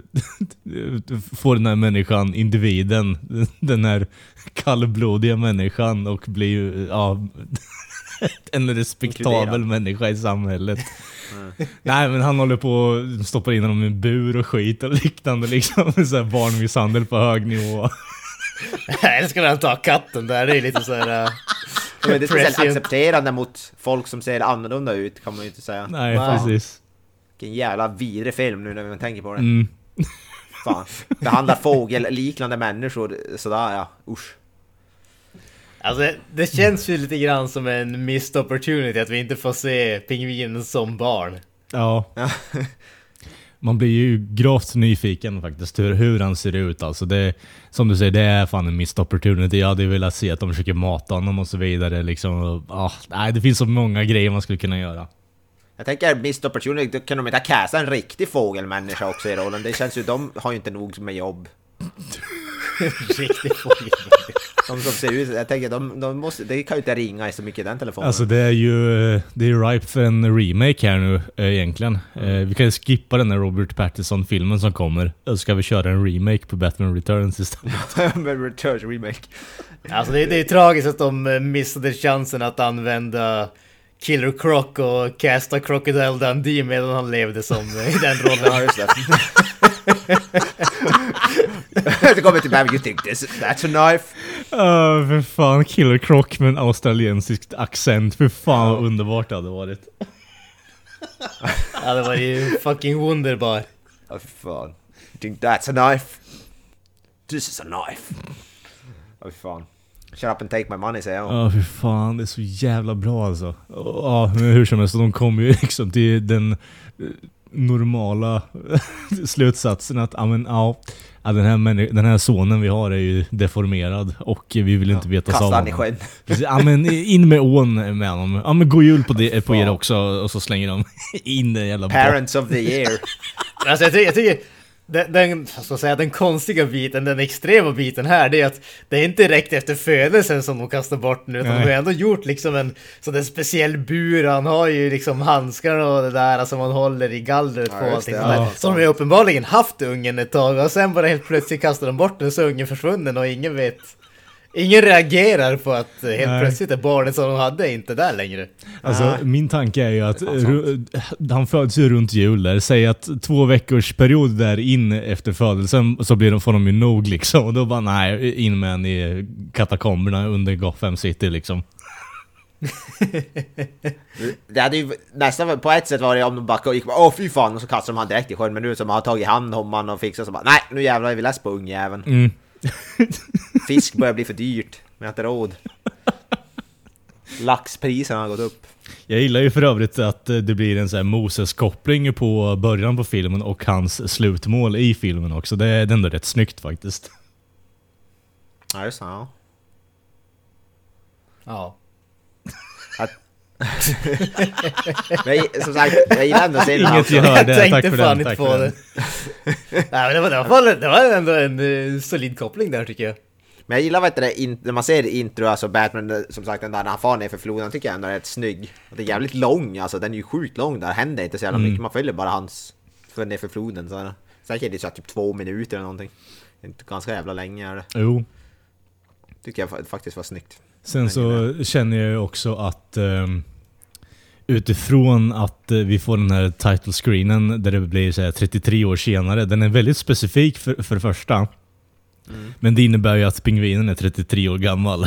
få den här människan, individen, den här kallblodiga människan och bli ju, en respektabel människa i samhället. Nej, men han håller på och stoppar in honom i en bur och skit och liknande liksom. Så här barnmisshandel på hög nivå. Jag ska han ta katten där, det är lite så här. Men det är speciellt accepterande mot folk som ser annorlunda ut, kan man ju inte säga. Nej, precis. Vilken jävla vidrig film nu när man tänker på det. Fan, behandlar fågelliknande människor sådär, ja, usch. Alltså det känns ju lite grann som en missed opportunity att vi inte får se pingvinen som barn. Ja. Man blir ju gravt nyfiken faktiskt hur han ser ut. Alltså det, som du säger, det är fan en missed opportunity. Jag hade velat se att de försöker mata honom och så vidare. Liksom. Nej, det finns så många grejer man skulle kunna göra. Jag tänker missed opportunity, då kan de inte kasta en riktig fågelmänniska också i rollen. Det känns ju, de har ju inte nog med jobb. Riktig fågelmänniska. De som ser ut, jag tänker de måste, det kan ju inte ringa i så mycket den telefonen. Alltså det är ripe för en remake här nu egentligen. Vi kan ju skippa den här Robert Pattinson-filmen som kommer. Eller ska vi köra en remake på Batman Returns istället? Batman Returns remake. Alltså det är tragiskt att de missade chansen att använda Killer Croc och casta Crocodile Dundee medan han levde som i den rollen. Ja, just det. Det kommer till Batman, you think that's a knife? För fan, Killer Croc med en australiensisk accent. För fan vad underbart det hade varit. Ja, det var ju fucking wunderbar. Ja, för fan. You think that's a knife? This is a knife. Ja, för fan. Shut up and take my money, säger jag. Ja, för fan, det är så jävla bra alltså. Ja, men hur som helst, de kommer ju liksom till den normala slutsatsen att den här sonen vi har är ju deformerad och vi vill inte veta kasta han i sjön. Ja, men in med ån med honom. Ja, men gå jul på er också och så slänger de in det jävla Parents of the year. Alltså jag tycker den konstiga biten, den extrema biten här, det är att det är inte direkt efter födelsen som de kastar bort nu, utan de har ändå gjort liksom en sån speciell bur. Han har ju liksom handskar och det där som man håller i gallret på allting sådär. Så de har uppenbarligen haft ungen ett tag och sen bara helt plötsligt kastar de bort den, så ungen försvunnen och ingen vet Ingen reagerar på att helt plötsligt är barnet som de hade inte där längre. Alltså min tanke är ju att han föds ju runt jul där. Säg att 2 veckors period där in efter födelsen så får de ju nog liksom. Och då bara nej, in med en i katakomberna under Gotham City liksom. Det hade ju nästan på ett sätt var det om de backade och gick åh fy fan och så kastade de han direkt i sjön, men nu som har tagit hand om han och fixat så bara nej, nu jävlar är vi läst på ungjäveln. Fisk börjar bli för dyrt, men jag har inte råd. Laxpriserna har gått upp. Jag gillar ju för övrigt att det blir en sån här Moses-koppling på början på filmen och hans slutmål i filmen också. Det är ändå rätt snyggt faktiskt. Ja, det är så. Ja. Men som sagt, jag gillar ändå serien. Inget jag hörde, Jag tack tänkte för fan den. inte på det. Nej, men det var ändå en solid koppling där tycker jag. Men jag gillar vad det när man ser intro, alltså Batman som sagt den där när han far ner för floden, tycker jag ändå är rätt snygg. Och det är jävligt lång, alltså den är ju sjukt lång, där händer inte så jävla mycket. Man följer bara hans för ner för floden så här. Säkert det är så typ 2 minuter eller någonting. Inte ganska jävla länge är det. Jo. Tycker jag faktiskt var snyggt. Sen så känner jag ju också att utifrån att vi får den här title screenen där det blir så här 33 år senare, den är väldigt specifik för det första. Men det innebär ju att pingvinen är 33 år gammal.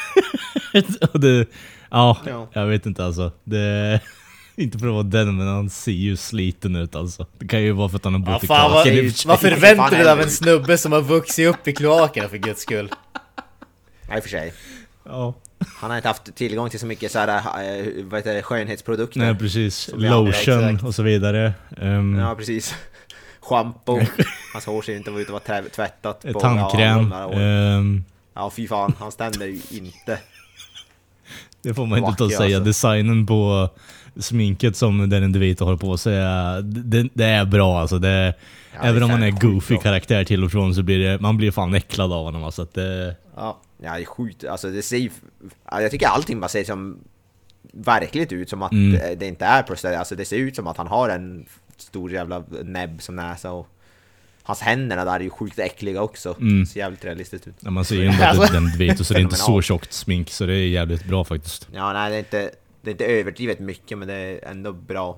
Och det, ja, jag vet inte alltså. Det inte för att vara den, men han ser ju sliten ut alltså. Det kan ju vara för att han har bott i kloaken. Vad förväntar du dig av en snubbe som har vuxit upp i kloakerna för guds skull? Nej, för sig. Ja. Han har inte haft tillgång till så mycket så här, vad heter det, skönhetsprodukter. Nej, precis. Lotion och så vidare. Ja, precis. Shampoo. Hans hår ser inte ut att vara tvättat på tandkräm. Ja, fy fan. Han ständer ju inte. Det får man inte ta och säga. Alltså. Designen på sminket som den DeVito har på sig, det är bra alltså. Även om man är goofy karaktär till och från så blir det, man blir fan äcklad av honom alltså, att det... Ja, det är sjukt. Alltså det ser, jag tycker allting bara ser som verkligt ut, som att det inte är prosthetic. Alltså det ser ut som att han har en stor jävla näbb som näsa, och hans händerna där är ju sjukt äckliga också. Det ser jävligt realistiskt ut. Ja, man ser ju ändå att den DeVito, så det är inte så tjockt smink, så det är jävligt bra faktiskt. Ja, nej, det är inte överdrivet mycket, men det är ändå bra.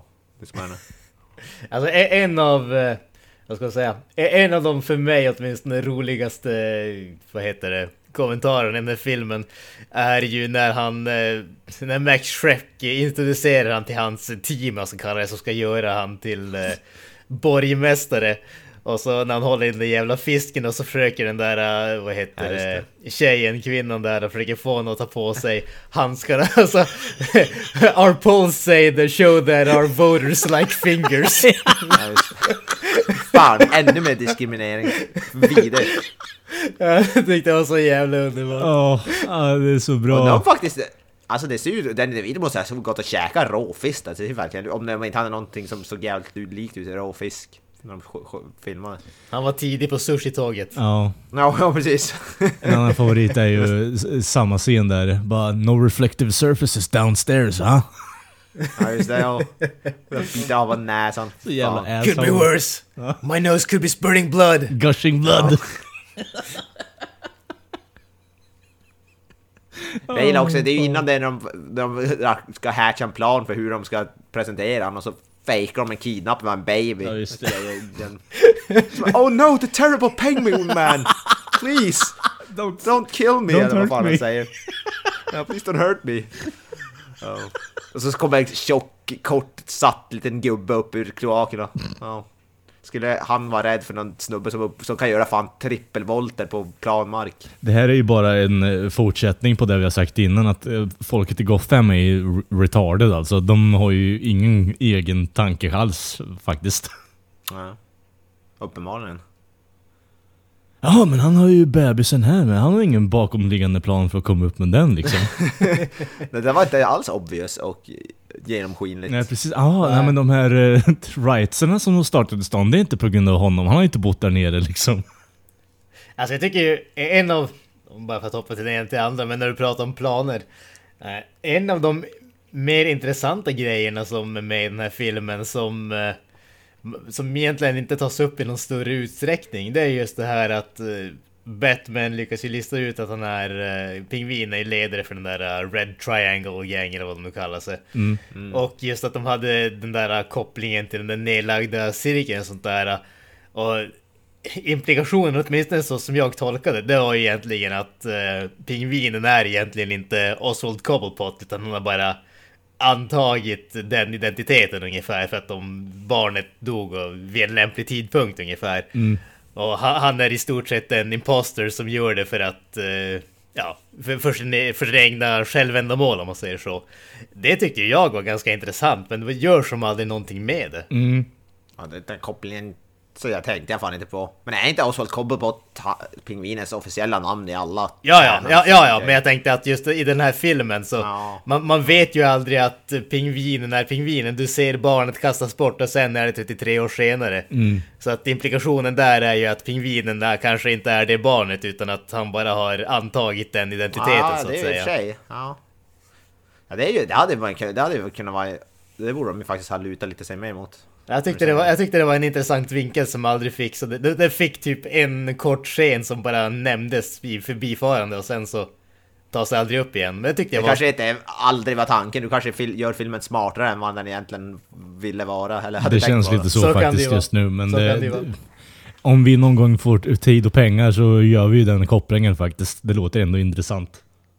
Alltså en av vad ska jag säga, en av de för mig åtminstone roligaste, vad heter det, kommentaren i den här filmen är ju när Max Schreck introducerar han till hans team, alltså kallar som ska göra han till borgmästare. Och så när han håller in den jävla fisken och så försöker den där, vad heter det, kvinnan där och försöker få honom att ta på sig handskarna. Alltså, our polls say the show that our voters like fingers. Fan, ännu mer diskriminering. Vidare. Jag tyckte det var så jävla underbart. Ja, det är så bra. Och de faktiskt, alltså det ser ju, det måste ha så gott att käka råfisk. Alltså det är verkligen, om de inte hade någonting som såg jävligt likt ut, råfisk. När de filmade. Han var tidig på sushi-tåget. Ja, precis. En annan favorit är ju samma scen där. Bara, no reflective surfaces downstairs, va? Ja, just det, ja. Bita av näsan. Så jävla could be worse. My nose could be spurting blood. Gushing blood. Jag gillar också, det är ju innan det de ska hatcha en plan för hur de ska presentera honom, och så fejkar de en kidnapp med en baby. Ja, just det. Oh no, the terrible penguin man! Please! Don't kill me! Don't vad fan hurt han säger. Yeah, please don't hurt me. Oh. Och så kommer en tjock, kort, satt liten gubbe upp ur kloakerna. Oh. Skulle han vara rädd för någon snubbe som kan göra fan trippelvolter på planmark? Det här är ju bara en fortsättning på det vi har sagt innan, att folket i Gotham är ju retarded alltså. De har ju ingen egen tanke alls faktiskt. Ja, uppenbarligen. Ja, men han har ju bebisen här, men han har ingen bakomliggande plan för att komma upp med den liksom. Det var inte alls obvious och genomskinligt. Nej, precis. Nej, men de här rightserna som de startade stan, det är inte på grund av honom. Han har inte bott där nere liksom. Alltså jag tycker ju en av, bara för att hoppa till det ena till andra, men när du pratar om planer, en av de mer intressanta grejerna som är med i den här filmen som egentligen inte tas upp i någon större utsträckning, det är just det här att Batman lyckas ju lista ut att han är pingvinen är ledare för den där Red Triangle-gängen eller vad de nu kallar sig. Och just att de hade den där kopplingen till den där nedlagda cirkeln och sånt där. Och implikationen, åtminstone så som jag tolkade, det var egentligen att pingvinen är egentligen inte Oswald Cobblepot, utan han har bara antagit den identiteten ungefär för att barnet dog vid en lämplig tidpunkt ungefär. Och han är i stort sett en imposter som gör det för att för sin egna självändamål, om man säger så. Det tycker jag var ganska intressant, men det gör som aldrig någonting med det. Ja, den kopplingen så jag tänkte jag fan inte på. Men är inte Oswald Cobblepot pingvinens officiella namn i alla? Ja, men jag tänkte att just i den här filmen så man vet ju aldrig att pingvinen är pingvinen. Du ser barnet kastas bort och sen är det 33 år senare. Så att implikationen där är ju att pingvinen där kanske inte är det barnet, utan att han bara har antagit den identiteten, så att säga. Ja, det är ju det hade ju kunnat vara. Det borde de ju faktiskt ha lutat lite sig mer emot. Jag tyckte det var en intressant vinkel som aldrig fick. Så det fick typ en kort scen som bara nämndes i förbifarande och sen så tas det aldrig upp igen. Men det tyckte jag kanske inte aldrig var tanken. Du kanske gör filmen smartare än vad den egentligen ville vara. Eller hade det känns vara. Lite så faktiskt just nu. Men om vi någon gång får tid och pengar så gör vi ju den kopplingen faktiskt. Det låter ändå intressant.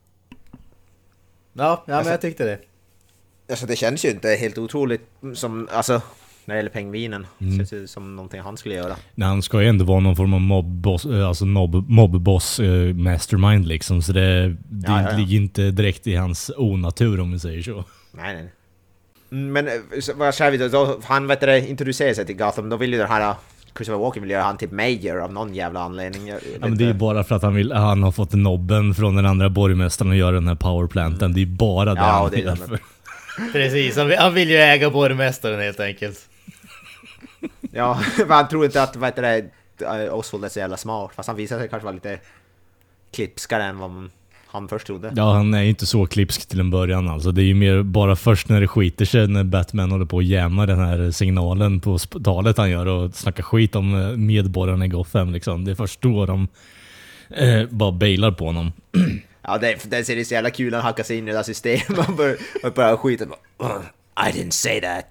Ja, men jag tyckte det. Alltså det känns ju inte helt otroligt som, alltså när det gäller pingvinen. Känns det som någonting han skulle göra. Nej, han ska ju ändå vara någon form av mobbboss, alltså mobbboss mastermind liksom. Så det ligger inte direkt i hans onatur, om vi säger så. Nej. Men vad säger vi då? Han introducerar sig till Gotham. Då vill ju den här Christopher Walken vill göra han till mayor av någon jävla anledning. Men det är ju bara för att han har fått nobben från den andra borgmästaren att göra den här powerplanten. Det är bara det är därför. Precis, han vill ju äga borgmästaren helt enkelt. Ja, men han tror inte att Oswald är så jävla smart. Fast han visar sig kanske vara lite klipskare än vad han först trodde. Ja, han är inte så klipsk till en början alltså. Det är ju mer bara först när det skiter sig, när Batman håller på att jämma den här signalen på talet han gör och snackar skit om medborgarna i Gotham liksom. Det är först då de bara bailar på honom. Ja, det ser så jävla kul att hacka sig in i det där systemet. Man börjar skita. I didn't say that.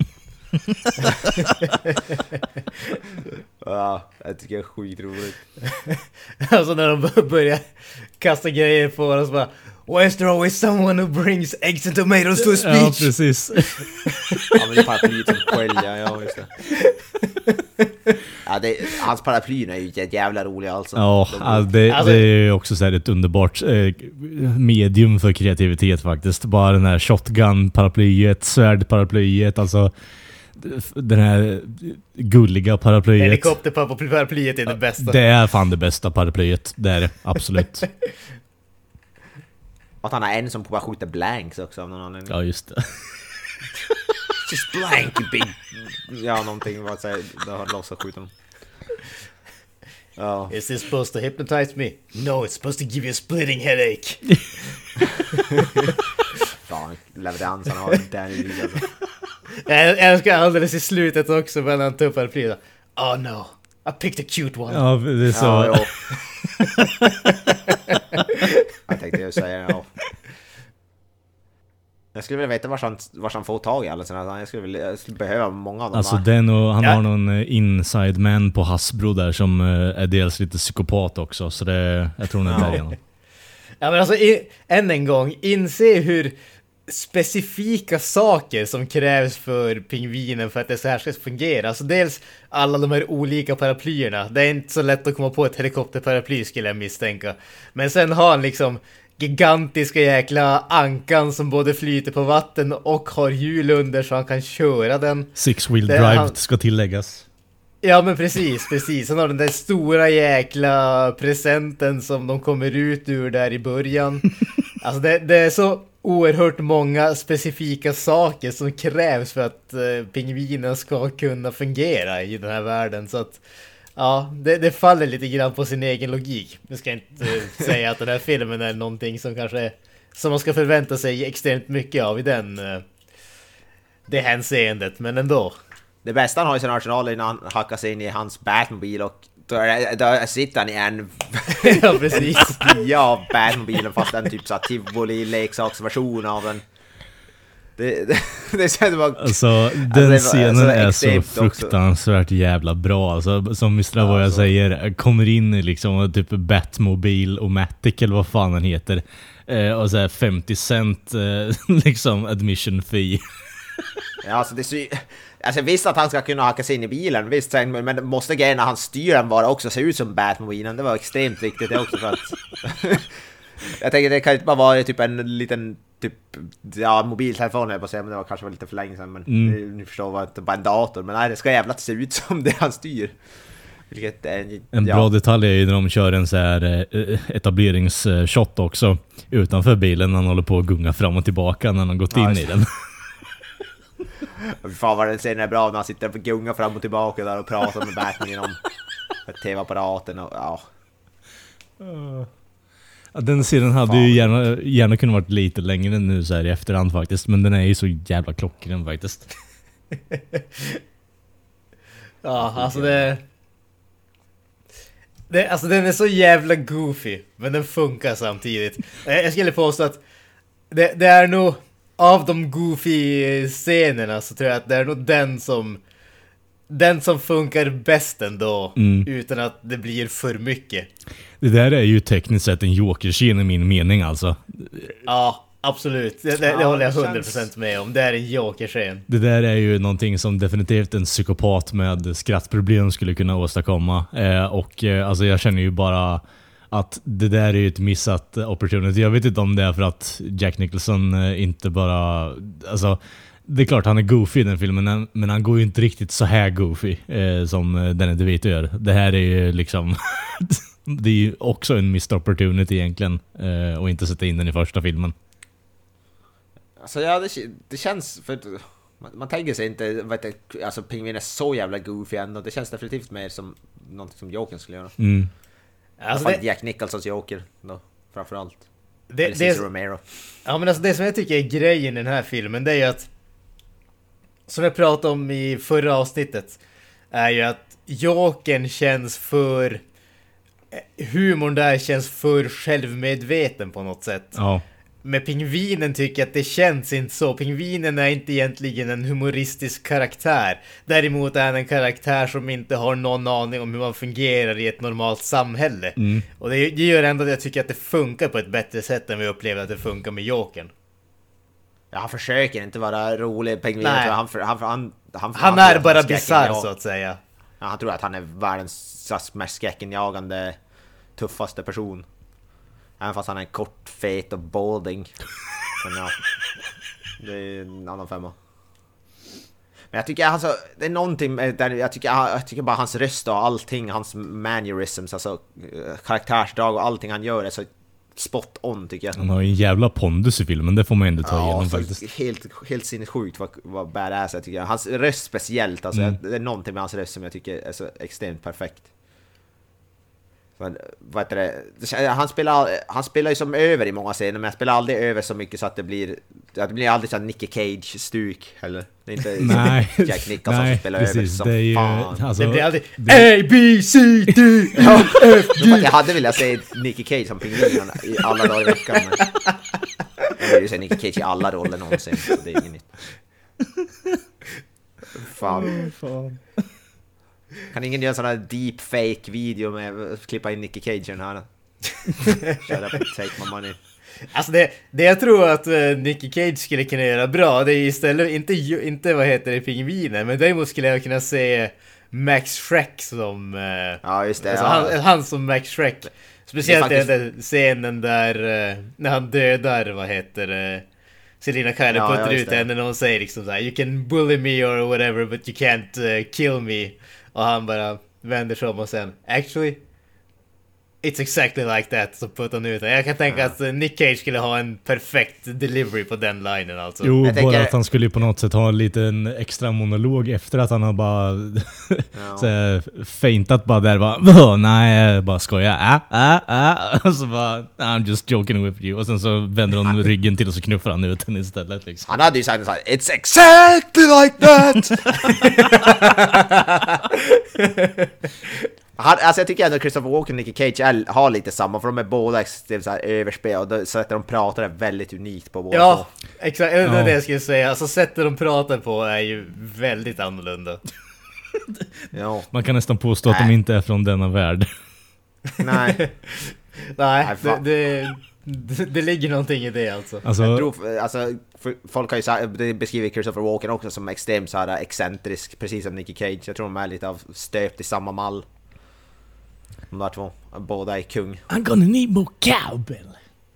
Ja, jag tycker det är skitroligt. Alltså när de börjar kasta grejer på oss bara, why is there always someone who brings eggs and tomatoes to a speech? Ja, precis. Ja, men det är paraplyet som skölja, ja just det. Ja, hans paraplyn är ju ett jävla roligt alltså. Ja, det är också så här ett underbart medium för kreativitet faktiskt. Bara den här shotgun-paraplyet, svärd-paraplyet, alltså den här gulliga paraplyet. Helikopterparaplyet är det bästa. Det är fan det bästa paraplyet, det är det, absolut. Att han har en som bara skjuter blanks också av någon anledning. Ja, just det. Just blank, big. Ja, någonting vad säger det har loss att skjuta dem. Ja. Is this supposed to hypnotize me? No, it's supposed to give you a splitting headache. Fan, leverans han har där i livet alltså. Jag ska alldeles i slutet också när han tar upp paraplyet. Oh no, I picked a cute one. Ja, det är så. Ja. Jag tänkte jag säga ja. Jag skulle vilja veta var han får tag i alla sådana. Jag skulle behöva många av dem. Alltså han har någon inside man på Hasbro där som är dels lite psykopat också. Så jag tror den är där igenom. Ja, men alltså än en gång, inse hur specifika saker som krävs för pingvinen för att det så här ska fungera. Alltså dels alla de här olika paraplyerna. Det är inte så lätt att komma på ett helikopterparaply skulle jag misstänka. Men sen har han liksom gigantiska jäkla ankan som både flyter på vatten och har hjul under så han kan köra den. Six-wheel drive ska tilläggas. Ja, men precis. Han har den där stora jäkla presenten som de kommer ut ur där i början. Alltså det är så oerhört många specifika saker som krävs för att pingvinen ska kunna fungera i den här världen. Så att ja, det faller lite grann på sin egen logik. Jag ska inte säga att den här filmen är någonting som man ska förvänta sig extremt mycket av i det hänseendet, men ändå. Det bästa han har i sin arsenal är när han hackar sig in i hans Batmobil och Då sitter han i en Ja, precis. ja, Batmobilen fast den typ så tivoli-leksaksversion av den. Det känns bara... Alltså, den scenen är så fruktansvärt också. Jävla bra. Alltså, som Mr. Avoya säger, kommer in i liksom typ Batmobil och Matic eller vad fan den heter. Och så här 50 cent liksom admission fee. Ja, alltså alltså visst att han ska kunna hacka sig in i bilen, visst, men måste grejen när han styr den bara också se ut som Batmobilen. Det var extremt viktigt det också för att... Jag tänker det kan inte bara vara typ en liten typ mobiltelefon jag på säga, men det var kanske lite för länge sedan, men ni förstår vad det bara en dator, men nej, det ska jävla se ut som det han styr. Vilket en bra detalj är ju när de kör en så här etableringsshot också utanför bilen när han håller på att gunga fram och tillbaka när han har gått in i den. Fan vad den scenen är bra när han sitter och gungar fram och tillbaka där och pratar med Batman om tv-apparaten och ja. Den scenen hade ju gärna kunnat varit lite längre nu så här i efterhand faktiskt, men den är ju så jävla klockren faktiskt. Ja, alltså alltså den är så jävla goofy, men den funkar samtidigt. Jag skulle påstå att det är nog av de goofy scenerna så tror jag att det är nog den som funkar bäst ändå, utan att det blir för mycket. Det där är ju tekniskt sett en Joker-scen i min mening alltså. Ja, absolut. Det håller jag 100% med om. Det är en Joker-scen. Det där är ju någonting som definitivt en psykopat med skrattproblem skulle kunna åstadkomma. Alltså jag känner ju bara att det där är ju ett missat opportunity. Jag vet inte om det är för att Jack Nicholson inte bara... Alltså, det är klart han är goofy i den filmen, men han går ju inte riktigt så här goofy som Danny DeVito gör. Det här är ju liksom... det är ju också en missed opportunity egentligen och inte sätta in den i första filmen. Alltså ja, det känns... för man tänker sig inte... alltså Pingvin är så jävla goofy ändå. Det känns definitivt mer som något som Joker skulle göra. Alltså Jack Nicholsons Joker då, framförallt. Det Romero. Ja, men alltså det som jag tycker är grejen i den här filmen, det är ju att, som jag pratade om i förra avsnittet, är ju att Jokern känns för... humorn där känns för självmedveten på något sätt. Ja. Med Pingvinen tycker jag att det känns inte så. Pingvinen är inte egentligen en humoristisk karaktär. Däremot är han en karaktär som inte har någon aning om hur man fungerar i ett normalt samhälle. Och det gör ändå att jag tycker att det funkar på ett bättre sätt än vi upplever att det funkar med Jokern. Ja, han försöker inte vara rolig, Pingvinen. Han är bara bizarr så att säga. Ja, han tror att han är världens mest skräckenjagande tuffaste person. Även fast han är kort, fet och balding. Men ja, det är en annan femma. Men jag tycker alltså, det är någonting där, jag tycker bara hans röst och allting, hans mannerisms, alltså karaktärsdrag och allting han gör är så spot on tycker jag. Han har ju en jävla pondus i filmen, det får man ändå ta igenom faktiskt. Helt sinnessjukt vad badass jag tycker. Hans röst speciellt, alltså det är någonting med hans röst som jag tycker är så extremt perfekt. Men, vad heter det? Han spelar ju som över i många scener, men jag spelar aldrig över så mycket så att det blir aldrig så Nicky Cage-stuk heller. Det är inte Jack Nicholson som spelar över som det fan. Alltså, det blir aldrig A, B, C, D, E, F, G. Jag hade velat se Nicky Cage som Pingvinen i alla dagar i veckan, men jag vill ju se Nicky Cage i alla roller någonsin, så det är inget nytt. Fan. Kan ingen göra en sån här deepfake video med klippa in Nicky Cage i den här? Shut up, take my money. Alltså det jag tror att Nicky Cage skulle kunna göra bra, det är istället inte vad heter det, Pingvinen, men däremot skulle jag kunna se Max Schreck som ja, just det. Alltså, han som Max Schreck. Speciellt den scenen där när han dödar vad heter det, Selina Kyle puttar ut henne när hon säger liksom så här: you can bully me or whatever but you can't kill me. Och han bara vänder sig om och sen actually it's exactly like that, så puttar han ut den. Jag kan tänka att Nick Cage skulle ha en perfekt delivery på den linen alltså. Jo, bara att han skulle på något sätt ha en liten extra monolog efter att han har bara så feintat bara där bara, nej, bara skoja. Och så bara, I'm just joking with you. Och sen så vänder han ryggen till och så knuffar han ut den istället liksom. Han hade ju sagt såhär, it's exactly like that. Alltså jag tycker ändå att Christopher Walken och Nicky Cage har lite samma, för de är båda extremt så här överspel, och sättet de pratar är väldigt unikt på båda. Ja, exakt, det är det jag skulle säga. Alltså sättet de pratar på är ju väldigt annorlunda. Ja. Man kan nästan påstå att de inte är från denna värld. Nej. Nej, det ligger någonting i det alltså. Jag tror, alltså folk har ju sagt, det beskriver Christopher Walken också som extremt så här excentrisk, precis som Nicky Cage. Jag tror de är lite av stöpt i samma mall. De där två, båda är kung. I'm gonna need more cowbell.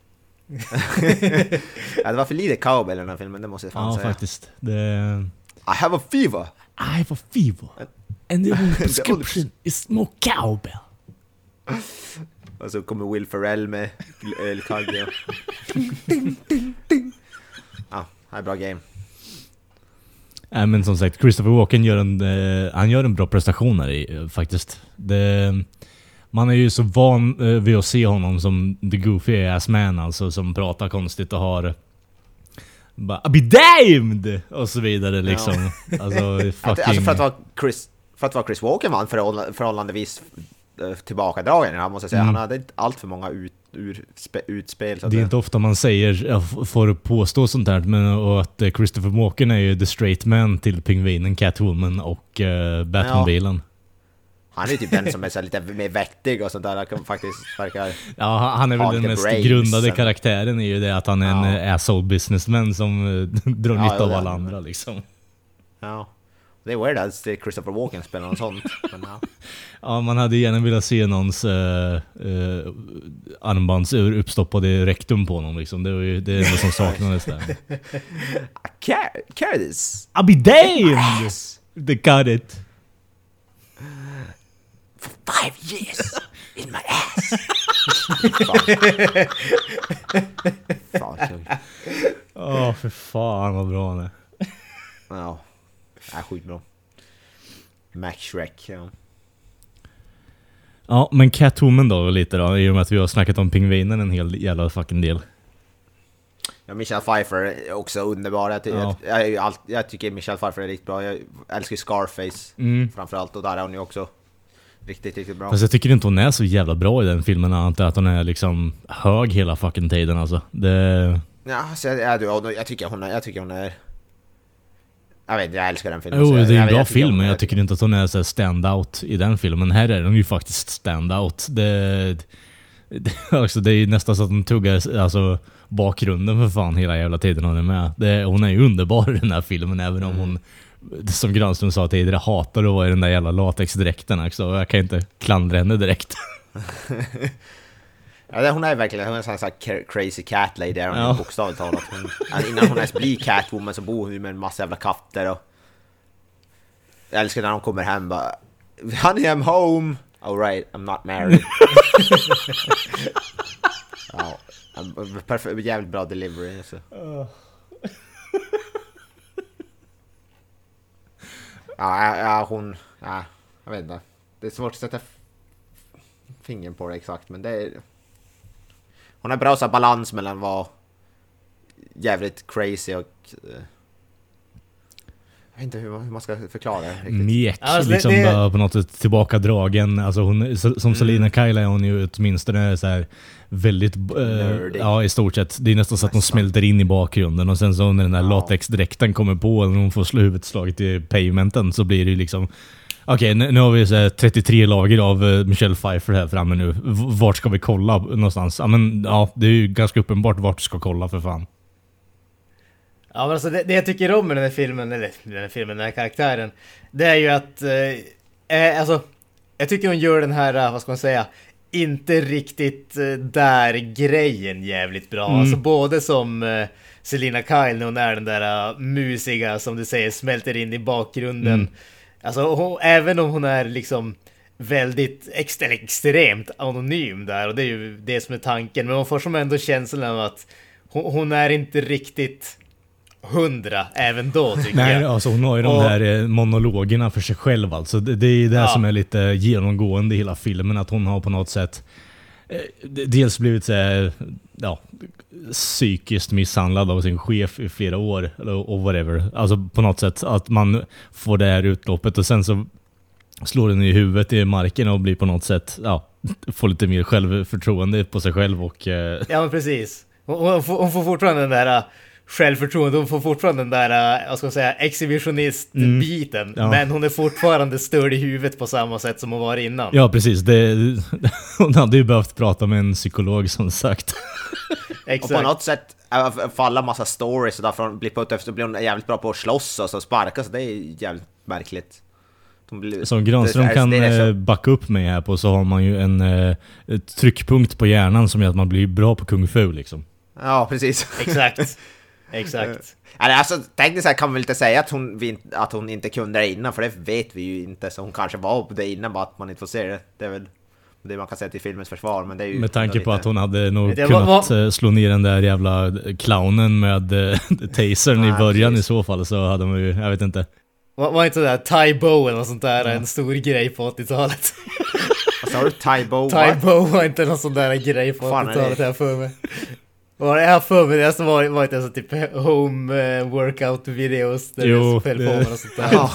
Ja, det var för lite cowbell i den här filmen, det måste jag fan säga. Ja, faktiskt. I have a fever. I have a fever. And the only prescription is more cowbell. Och så kommer Will Ferrell med ölkagge. Ja, det är bra game. Men som sagt, Christopher Walken gör en bra prestation här i, faktiskt. Man är ju så van vid att se honom som the goofy ass man, alltså, som pratar konstigt och har bara, I'll be damned! Och så vidare liksom. Ja. Alltså, fucking... alltså för att vara Chris Walken var han förhållandevis tillbakadragen. Jag måste säga, han hade inte allt för många utspel. Så det är inte ofta man säger, får påstå sånt här, men och att Christopher Walken är ju the straight man till Pingvinen, Catwoman och Batman-bilen. Ja. Han är typ den som är så lite mer vettig och sånt där, kan faktiskt verkar. Ja, han är väl den mest grundade karaktären, är ju det att han är en asshole businessman som drar nytta av alla andra liksom. Ja. Det är weird att Christopher Walken spelar något sånt. Men, ja, man hade gärna velat se någons armbandsur uppstoppade rektum på någon liksom. Det är det som saknades där. Carry this. I'll be damned! Yes. They got it. For 5 years in my ass. Åh, för fan vad bra han är. Ja. Ja, skitbra. Max Shrek, ja. Ja, men Catwoman då lite då, i och med att vi har snackat om Pingvinen en hel jävla fucking del. Ja, Michelle Pfeiffer är också underbar. Jag tycker Michelle Pfeiffer är riktigt bra. Jag älskar Scarface framförallt, och där är hon ju också riktigt bra. Fast jag tycker inte hon är så jävla bra i den filmen, antar att hon är liksom hög hela fucking tiden alltså. Ja, så jag tycker hon är jag älskar den filmen. Jo, det är en bra film, men jag tycker inte att hon är så stand-out i den filmen. Här är hon ju faktiskt stand-out. Det är ju nästan så att hon tuggar alltså, bakgrunden för fan hela jävla tiden hon är med. Hon är ju underbar i den här filmen, även om hon, som Granström sa tidigare, hatar att vara i den där jävla latexdräkten också. Jag kan inte klandra henne direkt. Ja, hon är verkligen en sån här crazy cat lady där, hon bokstavligt talat. Innan hon ens blir Catwoman så bor hon med en massa jävla katter, och jag älskar när hon kommer hem bara, honey, I'm home. Oh right, I'm not married. Ja, perfekt, jävligt bra delivery alltså. Jag vet inte. Det är svårt att sätta fingern på det exakt, men det är, hon har bra så balans mellan att vara jävligt crazy och jag vet inte hur man ska förklara det riktigt. Mek, alltså, liksom på något sätt tillbakadragen. Alltså hon, som Selina Kyle är hon ju åtminstone så här väldigt ja, i stort sett. Det är nästan så att hon smälter in i bakgrunden, och sen så när den här latexdräkten kommer på och hon får slå huvudet slaget i pavementen, så blir det ju liksom okej, nu har vi så här 33 lager av Michelle Pfeiffer här framme nu. Vart ska vi kolla någonstans? Ja, det är ju ganska uppenbart vart du ska kolla för fan. Ja, men alltså det jag tycker om med den här karaktären, det är ju att alltså, jag tycker hon gör den här, vad ska man säga, inte riktigt där grejen jävligt bra. Alltså både som Selina Kyle när hon är den där musiga, som du säger, smälter in i bakgrunden. Alltså även om hon är liksom väldigt extremt anonym där, och det är ju det som är tanken, men hon får som ändå känslan av att hon är inte riktigt 100 även då, tycker jag. Nej, alltså hon har ju de här monologerna för sig själv, alltså. Det är det som är lite genomgående i hela filmen, att hon har på något sätt dels blivit så här, psykiskt misshandlad av sin chef i flera år och whatever. Alltså på något sätt att man får det här utloppet, och sen så slår den i huvudet i marken och blir på något sätt, får lite mer självförtroende på sig själv och... Ja, men precis. Hon får fortfarande den där självförtroende, hon får fortfarande den där, jag ska säga, exhibitionist-biten, men hon är fortfarande störd i huvudet på samma sätt som hon var innan. Ja, precis. Hon hade ju behövt prata med en psykolog, som sagt. Exakt. Och på något sätt falla massa stories och därför blir hon jävligt bra på att slåss och så sparka, så det är jävligt märkligt. Som Granström kan backa upp med här på, så har man ju en tryckpunkt på hjärnan som gör att man blir bra på kung fu liksom. Ja, precis. Exakt. Alltså, tekniskt så här kan man väl inte säga att hon inte kunde det innan, för det vet vi ju inte, så hon kanske var på det innan, bara att man inte får se det. Det är väl det man kan säga till filmens försvar, men det är ju med tanke på att hon hade nog kunnat slå ner den där jävla clownen med tasern i början, precis. I så fall så hade man ju, jag vet inte. Var inte det där Thai Bo eller något sånt där en stor grej på 80-talet? Vad sa du? Thai Bo? Thai Bo var inte någon sån där grej på 80-talet här för mig. Var det här för mig? Det var inte så typ home workout videos där det spel på och sånt där. Ja.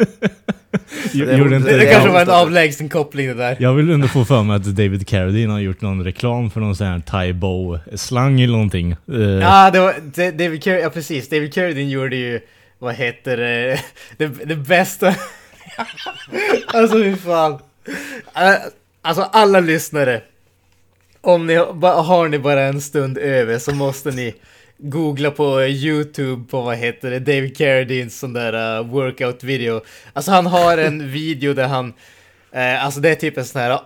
Det kanske var en avlägsen koppling det där. Jag vill ändå få för mig att David Carradine har gjort någon reklam för någon sån här Thai Bo-slang eller någonting. Ja, det var David Carradine, ja precis. David Carradine gjorde ju, vad heter det bästa. Alltså hur fan. Alltså alla lyssnare, om ni har ni bara en stund över så måste ni googla på YouTube på, vad heter det, David Carradines sån där workout video. Alltså han har en video där han alltså det är typ en sån här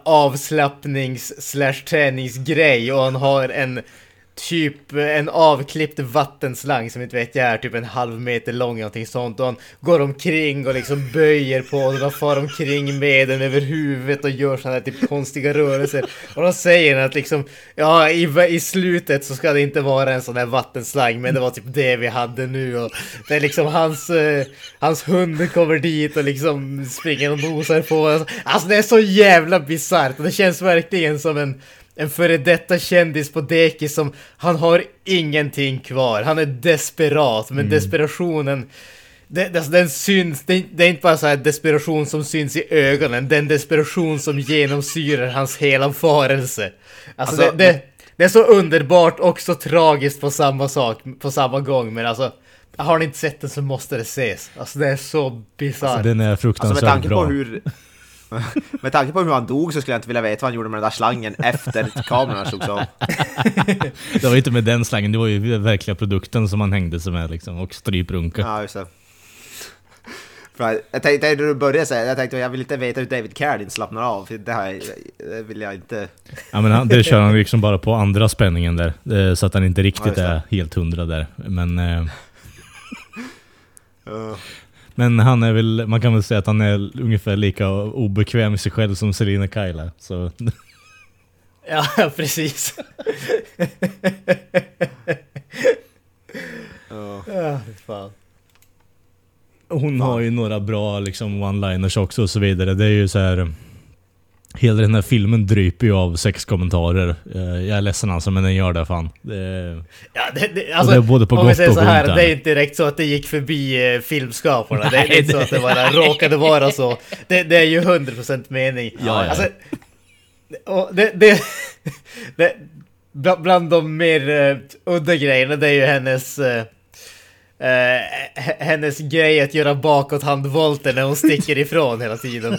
avslappnings/träningsgrej, och han har en avklippt vattenslang som inte vet jag är typ en halv meter lång, någonting sånt, och han går omkring och liksom böjer på den och far omkring med den över huvudet och gör sådana här typ konstiga rörelser, och då säger han att liksom i slutet så ska det inte vara en sån här vattenslang, men det var typ det vi hade nu, och det är liksom hans hund kommer dit och liksom springer och nosar på. Alltså det är så jävla bizarrt, och det känns verkligen som en före detta kändis på dekis som han har ingenting kvar. Han är desperat, men desperationen den syns, det är inte bara så här desperation som syns i ögonen, den desperation som genomsyrar hans hela varelse. Alltså det är så underbart och så tragiskt på samma gång, men alltså har ni inte sett den så måste det ses. Alltså det är så bizarrt. Alltså, den är fruktansvärt bra. Med tanke på hur han dog så skulle jag inte vilja veta vad han gjorde med den där slangen efter kameran slogs av. Det var inte med den slangen, det var ju verkliga produkten som han hängde sig med liksom, och stryprunka. Ja, just det. Jag tänkte du började säga, jag vill inte veta hur David Carradine slappnar av, för det vill jag inte. Ja, men det kör han liksom bara på andra spänningen där, så att han inte riktigt är helt 100 där, men men han är väl, man kan väl säga att han är ungefär lika obekväm i sig själv som Selina Kyle, så. Ja, precis. Ja, fan. Hon har ju några bra liksom one-liners också och så vidare. Det är ju så här, hela den här filmen dryper ju av sexkommentarer. Jag är ledsen alltså, men den gör det fan. Alltså, det är både på gott och ont. Det är inte direkt så att det gick förbi filmskaparna. Det är inte så att det bara råkade vara så. Det är ju 100% mening. Ja. Alltså, bland de mer udda grejerna, det är ju hennes grej att göra bakåt handvolter när hon sticker ifrån hela tiden.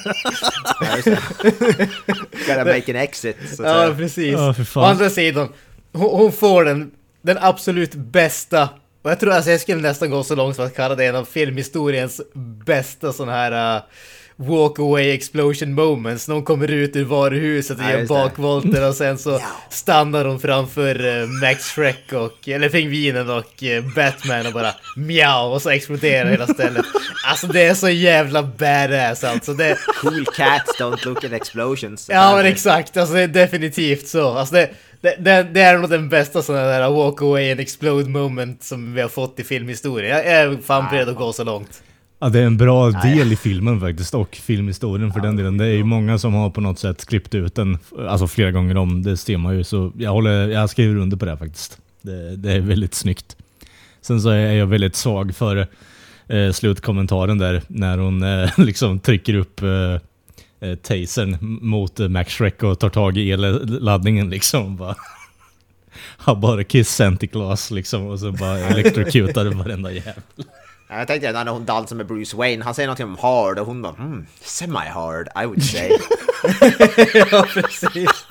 Gotta make an exit, så att ja, säga. precis. Å Ja, andra sidan, hon får den absolut bästa, och jag tror att jag skulle nästan gå så långt som att kalla det en av filmhistoriens bästa sån här walk away explosion moments. Någon kommer ut ur varuhuset och gör bakvolter och sen så stannar de framför Max Schreck eller Pingvinen och Batman och bara mjau, och så exploderar hela stället. Alltså det är så jävla badass alltså. Cool cats don't look at explosions. Ja, men exakt. Alltså det är definitivt så. Alltså det är nog den bästa sån där walk away and explode moment som vi har fått i filmhistorien. Jag är fan beredd att gå så långt. Ja, det är en bra del i filmen faktiskt, och filmhistorien för den delen. Det är ju många som har på något sätt klippt ut den, alltså flera gånger om, det ser man ju. Så jag skriver under på det faktiskt. Det är väldigt snyggt. Sen så är jag väldigt svag för slutkommentaren där, när hon liksom trycker upp tasern mot Max Shrek och tar tag i elladdningen liksom. Bara, har bara kiss Santa Claus liksom och så bara elektrokutar varenda jävel. Jag tänkte när hon dansar med Bruce Wayne, han säger någonting om hard och hon bara semi-hard, I would say. Ja, precis.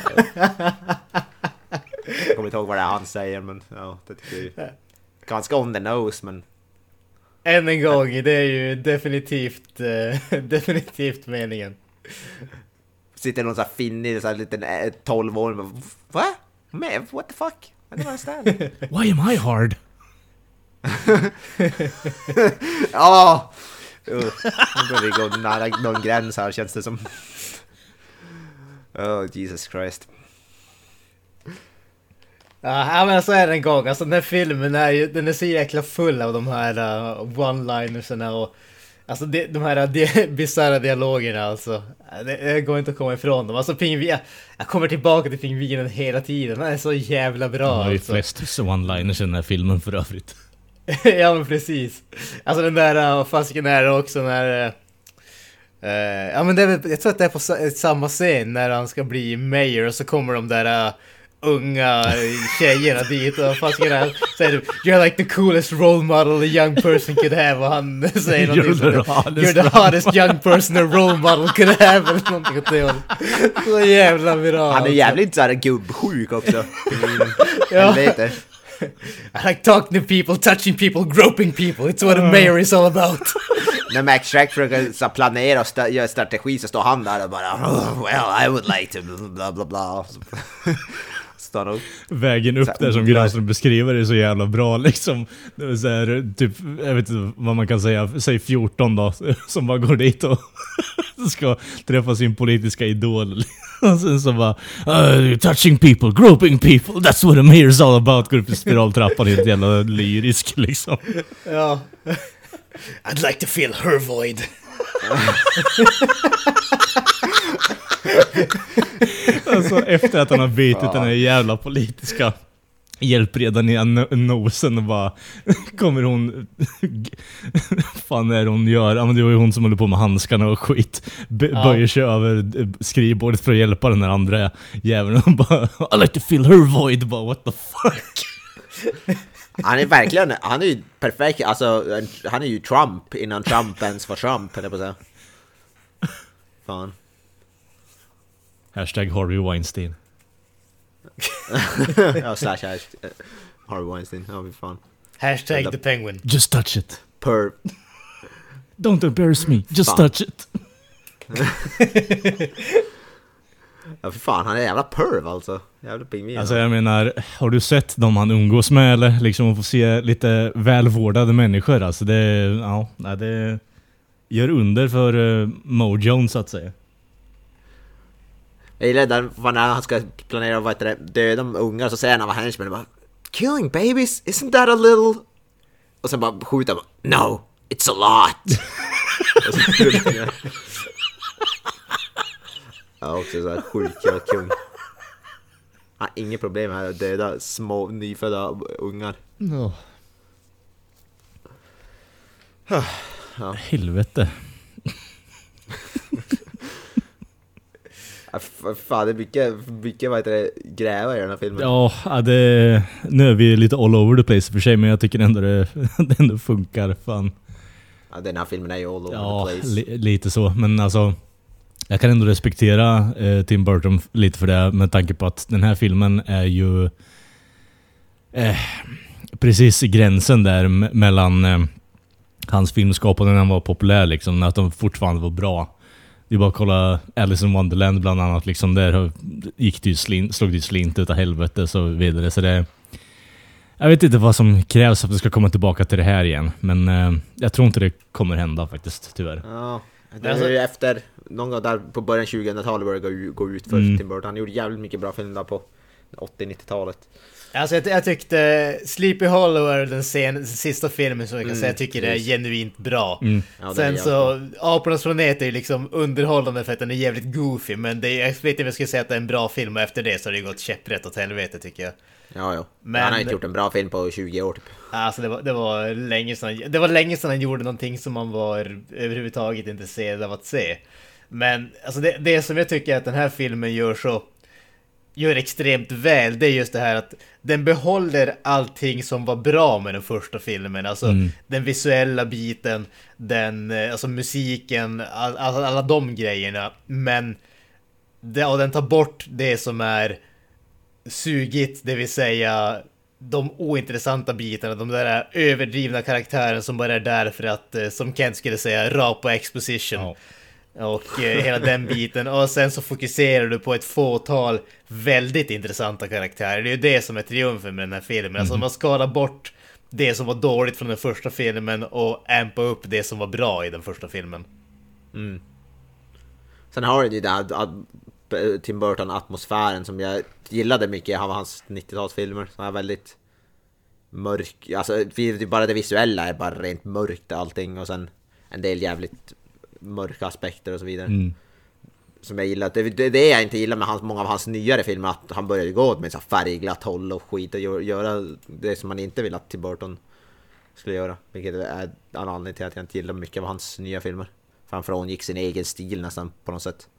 Jag kommer inte ihåg vad det är han säger, men ja, det tycker jag är ganska on the nose, men... Än en gång, det är ju definitivt meningen. Sitter någon sån här finnig, sån här liten 12-åring och va? Man, what the fuck? I don't understand. Why am I hard? Ja! Nu börjar vi gå nära någon gräns här, känns det som. Oh, Jesus Christ. Ja, men så är det en gång. Alltså den här filmen den är så jäkla full av de här one-linerserna och alltså de här bisarra dialogerna alltså. Det går inte att komma ifrån dem. Alltså jag kommer tillbaka till pingvinen hela tiden. Den är så jävla bra. Det är ju alltså. flest one-liners i den här filmen för övrigt. Ja, men precis. Alltså den där fasken är också när ja, men jag tror att det är på samma scen när han ska bli mayor och så kommer de där unga tjejerna dit och fasken är säger you're like the coolest role model a young person could have och han säger you're the hottest young person a role model could have eller någonting åt det hållet. Så jävla bra. Han är jävligt så här gubbsjuk också. Ja. Helvete. I like talking to people, touching people, groping people. It's what a mayor is all about. När Max Shrek försöker så planera och göra strategi så står han där och bara well, I would like to bla bla bla. Vägen upp där som Granström beskriver är så jävla bra liksom. Det är så här, typ, jag vet inte vad man kan säga, säg 14 då, som bara går dit och ska träffa sin politiska idol. Och sen så bara touching people, groping people, that's what a mayor's all about. Går upp i spiraltrappan helt jävla lyrisk liksom. Ja. I'd like to feel her void. Alltså efter att han har bytt den här jävla politiska hjälpredan i nosen och bara kommer hon fan är hon gör? Ja, men det var ju hon som håller på med handskarna och skit böjer sig över skrivbordet för att hjälpa den här andra jäveln och bara I like to feel her void, bara what the fuck. Han är verkligen, han är ju perfekt, alltså han är ju Trump innan Trump ens var Trump, eller på så. Fan. Hashtag Harvey Weinstein. Ja, slash Harvey Weinstein, ja vi fan. Hashtag the penguin. Just touch it. Don't embarrass me, just touch it. Ja för fan, han är jävla perv alltså. Jävla pingvin. Alltså jag menar, har du sett dem han umgås med eller liksom att få se lite välvårdade människor alltså det gör under för Mo Jones så att säga. Jag gillar där när han ska planera vad heter det, döda de ungar så säger han vad henchman bara killing babies, isn't that a little? Och sen bara skjuter han bara, no, it's a lot. Ja, också så här sjuk jävla kung. Han har inget problem här att döda små nyfödda ungar. No. Ja. Helvete. Fan, det är mycket vad heter det, gräva i den här filmen. Ja, nu är vi lite all over the place för sig, men jag tycker ändå det ändå funkar. Fan. Ja, den här filmen är ju all over the place. Lite så, men alltså jag kan ändå respektera Tim Burton lite för det, med tanke på att den här filmen är ju precis i gränsen där mellan hans filmskapande när han var populär liksom, när att de fortfarande var bra. Det är bara att kolla Alice in Wonderland bland annat liksom, där gick det ju slog det slint utav helvete så vidare, så det jag vet inte vad som krävs för att det ska komma tillbaka till det här igen, men jag tror inte det kommer hända faktiskt, tyvärr. Ja, det är ju efter någon gång där på början 2000-talet började gå ut för Tim Burton. Han gjorde jävligt mycket bra filmer på 80-90-talet. Alltså jag tyckte Sleepy Hollow är den sista filmen som jag kan säga jag tycker det är genuint bra. Ja, sen så Apornas planet är ju liksom underhållande för att den är jävligt goofy, men det är, jag vet inte om jag skulle säga att det är en bra film och efter det så har det gått käpprätt åt helvete tycker jag. Ja. Men han har inte gjort en bra film på 20 år typ. Alltså det var länge sedan han gjorde någonting som man var överhuvudtaget intresserad av att se. Men alltså det som jag tycker att den här filmen gör extremt väl, det är just det här att den behåller allting som var bra med den första filmen. Alltså den visuella biten, alltså musiken, alla de grejerna. Men den tar bort det som är sugigt, det vill säga de ointressanta bitarna, de där överdrivna karaktären som bara är där för att, som Kent skulle säga, rapa exposition. Ja. Och hela den biten. Och sen så fokuserar du på ett fåtal väldigt intressanta karaktärer. Det är ju det som är triumfen med den här filmen. Alltså man skalar bort det som var dåligt från den första filmen och ampa upp det som var bra i den första filmen. Sen har det ju där Tim Burton-atmosfären som jag gillade mycket av hans 90-talsfilmer. Som är väldigt mörk. Alltså bara det visuella är bara rent mörkt allting. Och sen en del jävligt mörka aspekter och så vidare. Som jag gillar. Det jag inte gillar med många av hans nyare filmer, att han började gå med så färgglatt håll och skit och göra det som man inte vill att Tim Burton skulle göra. Vilket är en anledning till att jag inte gillar mycket av hans nya filmer. För han frångick sin egen stil nästan på något sätt.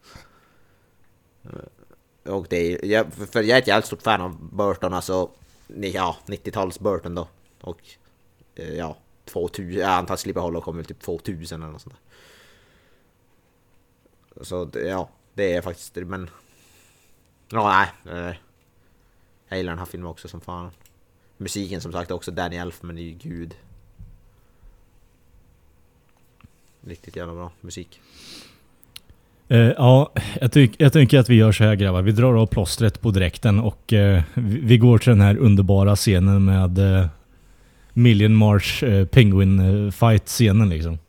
Och för jag är ett jävligt stort fan av Burton, alltså 90-tals Burton då. Och 2000, jag antar att Slipper Hollow kommer typ 2000 eller något sånt där. Så det är faktiskt, men jag gillar den här filmen också som fan. Musiken som sagt också, Danny Elfman är ju gud. Riktigt jävla bra musik. Jag tycker att vi gör så här, grabbar. Vi drar av plåstret på direkten och vi går till den här underbara scenen med Million March Penguin fight-scenen liksom.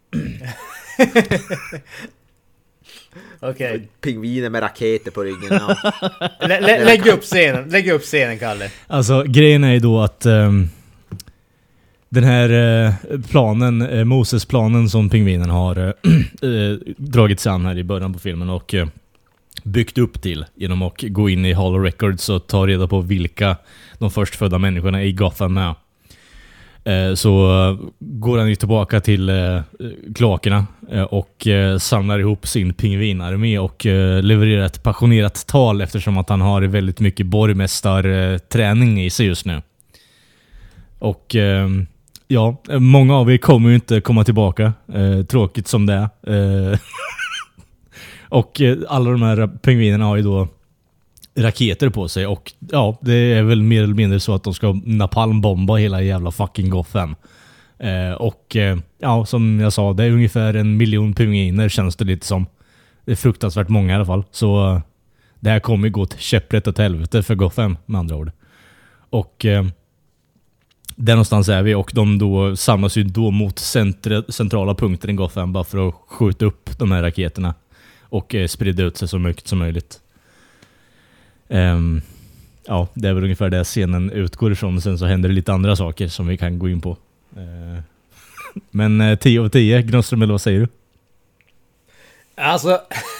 Okej. Pingviner med raketer på ryggen. Ja. Lägg upp scenen, Kalle. Alltså grejen är ju då att den här planen, Moses-planen som pingvinen har dragit sig an här i början på filmen och byggt upp till genom att gå in i Hall of Records och ta reda på vilka de förstfödda människorna i Gotham är. Så går han ju tillbaka till kloakerna och samlar ihop sin pingvinarmé och levererar ett passionerat tal eftersom att han har väldigt mycket borgmästarträning i sig just nu. Och många av er kommer ju inte komma tillbaka, tråkigt som det är. Och alla de här pingvinerna har ju då raketer på sig och det är väl mer eller mindre så att de ska napalmbomba hela jävla fucking Gotham. Och som jag sa, det är ungefär 1 miljon pingviner känns det lite som. Det är fruktansvärt många i alla fall. Så det här kommer gå till käpprätt åt helvete för Gotham med andra ord. Och där någonstans är vi och de då samlas ju då mot centrala punkter i Gotham bara för att skjuta upp de här raketerna och sprida ut sig så mycket som möjligt. Det är väl ungefär där scenen utgår ifrån. Sen så händer det lite andra saker som vi kan gå in på. Men 10 av 10, Gnåström, eller vad säger du? Alltså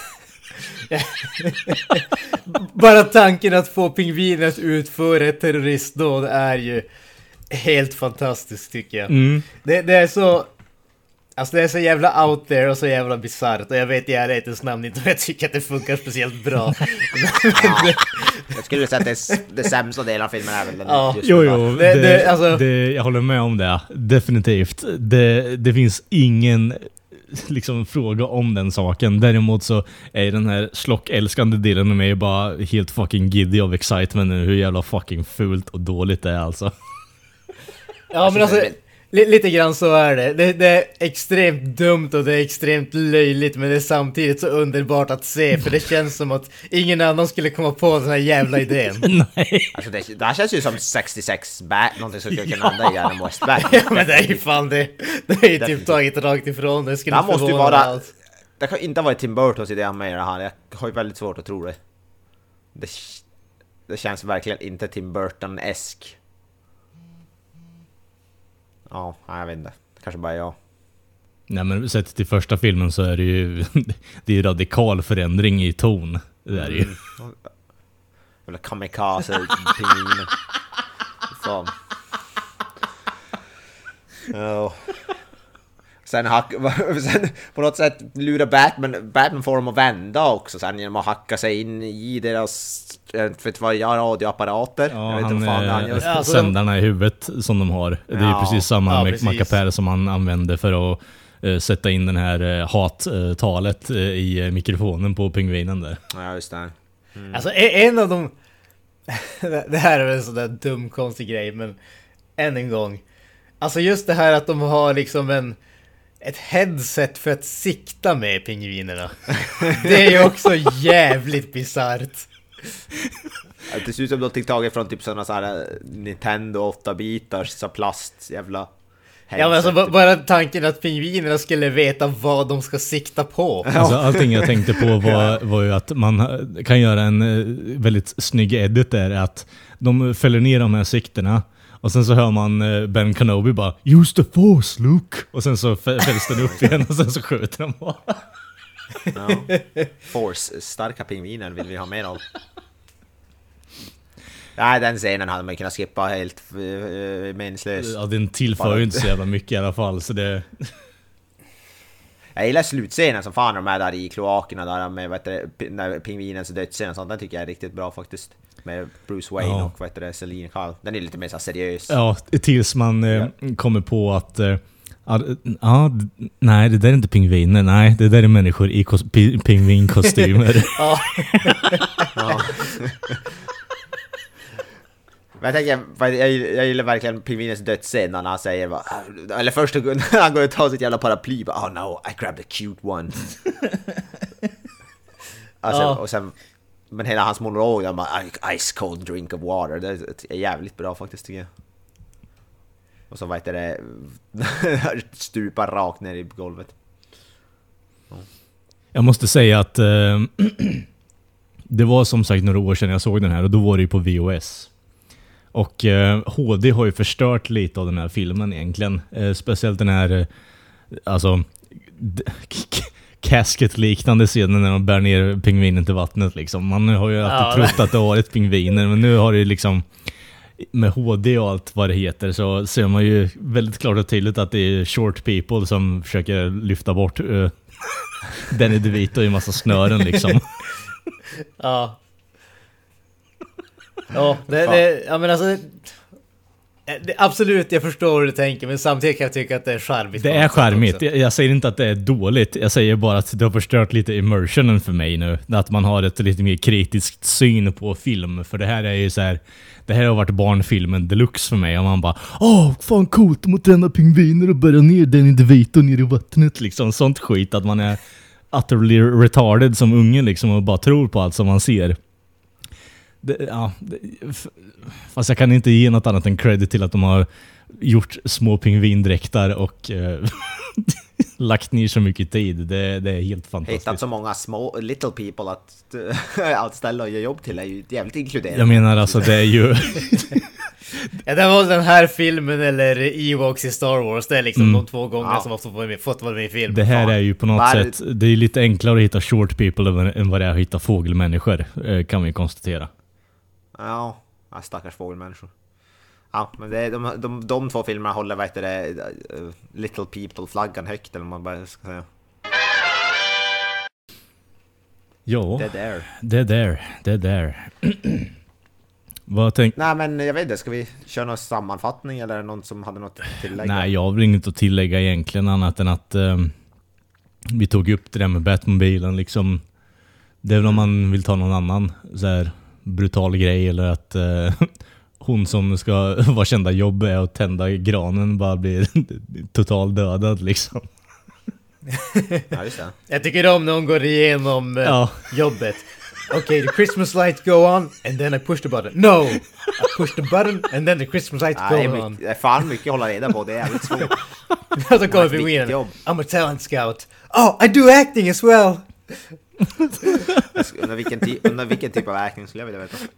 bara tanken att få pingviner att utföra ett terroristdåd är ju helt fantastiskt tycker jag. Det är så. Alltså det är så jävla out there och så jävla bizarrt. Och jag vet i ärlighetens namn inte om jag tycker att det funkar speciellt bra. Jag skulle säga att det sämsta delen av filmen är väl den. Jag håller med om det. Definitivt. Det finns ingen liksom fråga om den saken. Däremot så är den här slockälskande delen av mig bara helt fucking giddy of excitement hur jävla fucking fult och dåligt det är alltså. Ja, men alltså lite grann så är det. Det är extremt dumt och det är extremt löjligt, men det är samtidigt så underbart att se, för det känns som att ingen annan skulle komma på den här jävla idén. Nej. Alltså det här känns ju som 66 någonting som skulle kunna hända i Adam Westberg. Ja, men det är ju fan det är ju typ taget rakt ifrån. Det skulle måste ju vara allt. Det kan inte ha varit Tim Burtons idé med det här. Jag har ju väldigt svårt att tro det. Det känns verkligen inte Tim Burton-esk. Ja, jag vet inte. Kanske bara jag. Nej, men sett till första filmen så är det ju det är radikal förändring i ton. Det är ju. Eller kamikaze pingviner. Fan. Sen på något sätt lurar Batman får dem att vända också sen genom att hacka sig in i deras radioapparater. Ja, jag vet inte vad fan han gör. Sändarna i huvudet som de har. Det är ju precis samma med Macapär som han använder för att sätta in den här hattalet i mikrofonen på pingvinen där. Ja, just det. Alltså en av de det här är väl en sån där dum konstig grej, men än en gång. Alltså just det här att de har liksom ett headset för att sikta med pingvinerna. Det är ju också jävligt bizarrt. Det ser ut som något taget från typ sådana så här Nintendo 8-bitars så plast jävla headset. Ja, men alltså bara tanken att pingvinerna skulle veta vad de ska sikta på. Alltså, allting jag tänkte på var ju att man kan göra en väldigt snygg edit där, att de fäller ner de här sikterna och sen så hör man Ben Kenobi bara "Use the force, Luke", och sen så fälls den upp igen och sen så skjuter de bara. Ja. Force, starka pingviner vill vi ha mer av. Nej, den scenen hade man kunnat skippa helt meningslös. Ja, den tillför ju inte så jävla mycket i alla fall, så det... Jag gillar slutscenen som fan de är där i kloakerna där med när pingvinens dödsscen och sånt. Den tycker jag är riktigt bra faktiskt. Med Bruce Wayne och Selina Kyle. Den är lite mer så seriös. Ja, tills man kommer på att nej, det där är inte pingviner. Nej, det där är människor i pingvinkostymer. Ja. Men jag gillar verkligen pingvinens dödsscen när han säger eller först när han går och tar sitt jävla paraply bara, "Oh no, I grabbed a cute one." Alltså, och sen, men hela hans monolog där bara, "Ice cold drink of water", det är jävligt bra faktiskt tycker jag. Och så det stupar rakt ner i golvet. Jag måste säga att det var som sagt några år sedan jag såg den här, och då var det ju på VHS. Och HD har ju förstört lite av den här filmen egentligen. Speciellt den här alltså casket-liknande scenen när de bär ner pingvinen till vattnet liksom. Man har ju alltid trott att det har varit pingviner, men nu har det ju liksom med HD och allt vad det heter så ser man ju väldigt klart och tydligt att det är short people som försöker lyfta bort Danny DeVito i en massa snören liksom. Ja. Ja, ja men alltså absolut, jag förstår hur du tänker, men samtidigt kan jag tycka att det är charmigt. Det är charmigt. Jag säger inte att det är dåligt. Jag säger bara att det har förstört lite immersionen för mig nu. Att man har ett lite mer kritiskt syn på film. För det här är ju så här, det här har varit barnfilmen deluxe för mig. Och man bara, fan coolt mot denna pingviner och börja ner den i DeVito ner i vattnet liksom. Sånt skit att man är utterly retarded som unge liksom och bara tror på allt som man ser. Fast jag kan inte ge något annat än credit till att de har gjort små pingvindräktar och lagt ner så mycket tid. Det är helt fantastiskt. Hittat så många små little people att ställa och göra jobb till är ju jävligt inkluderande. Jag menar alltså det är ju ja, det var den här filmen eller Ewoks i Star Wars. Det är liksom de två gånger som har fått vara med i film. Det här är ju på något sätt, det är lite enklare att hitta short people än vad det är att hitta fågelmänniskor, kan vi konstatera. Ja, stackars fågelmänniskor. Ja, men det är, de två filmerna håller Little People-flaggan högt eller man bara ska säga. Ja, det är där. Nej, men jag vet inte, ska vi köra någon sammanfattning eller någon som hade något att tillägga? Nej, jag har inget att tillägga egentligen annat än att vi tog upp det där med Batmobilen liksom. Det är väl om man vill ta någon annan så här brutal grej eller att hon som ska vara kända jobb är att tända granen bara blir totalt dödad liksom. Ja, just det. Jag tycker om när hon går igenom jobbet. Okay, the Christmas lights go on and then I push the button. No! I push the button and then the Christmas lights go on. Det är fan mycket att hålla reda på, det är jävligt svårt. Så kommer vi in. I'm a talent scout. Oh, I do acting as well! Under vilken typ av acting skulle jag vilja veta.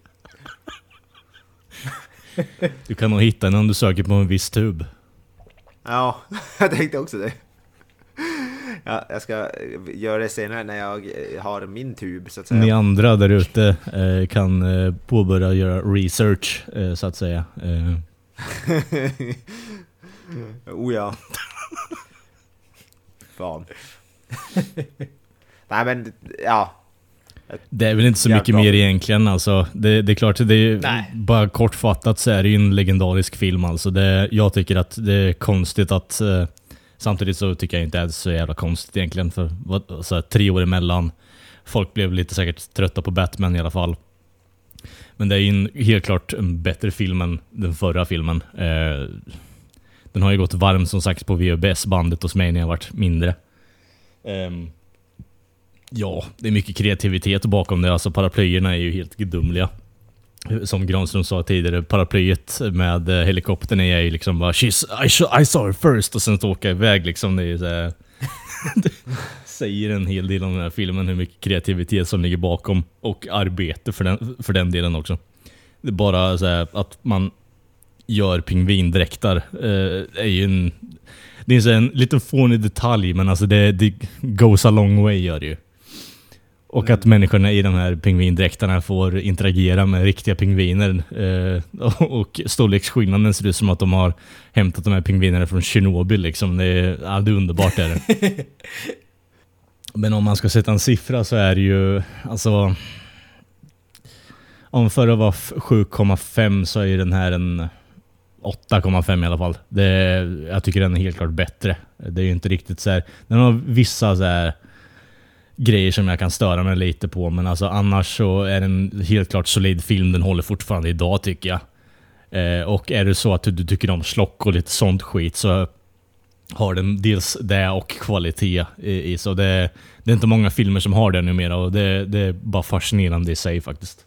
Du kan nog hitta den om du söker på en viss tub. Ja, jag tänkte också det. Ja, jag ska göra det senare när jag har min tub så att säga. Ni andra där ute kan påbörja göra research så att säga. Oh ja. fan. Nej men, ja. Det är väl inte så mycket mer egentligen alltså. Det är klart, det är bara kortfattat så är det ju en legendarisk film alltså. Jag tycker att det är konstigt att samtidigt så tycker jag inte att det är så jävla konstigt egentligen, för så här, 3 år emellan. Folk blev lite säkert trötta på Batman i alla fall. Men det är ju helt klart en bättre film än den förra filmen. Den har ju gått varm som sagt på VHS-bandet hos mig när jag varit mindre. Ja, det är mycket kreativitet bakom det. Alltså paraplyerna är ju helt gudomliga. Som Granström sa tidigare, paraplyet med helikoptern är ju liksom bara I saw her first och sen åka iväg liksom. Det är ju så här, det säger en hel del om den här filmen, hur mycket kreativitet som ligger bakom och arbete för den delen också. Det är bara så här, att man gör pingvindräktar är ju det är en liten fånig detalj, men alltså det goes a long way gör det ju. Och att människorna i de här pingvindräktarna får interagera med riktiga pingviner. Och storleksskillnaden ser ut som att de har hämtat de här pingvinerna från Tjernobyl. Liksom. Det är underbart. Är det. Men om man ska sätta en siffra så är det ju... Alltså, om förra var 7,5 så är den här en 8,5 i alla fall. Jag tycker den är helt klart bättre. Det är ju inte riktigt så här... Den har vissa så här... grejer som jag kan störa mig lite på, men alltså annars så är den helt klart solid film. Den håller fortfarande idag tycker jag. Och är det så att du tycker om slock och lite sånt skit, så har den dels det och kvalitet i. Så det är inte många filmer som har det numera, och det är bara fascinerande i sig faktiskt.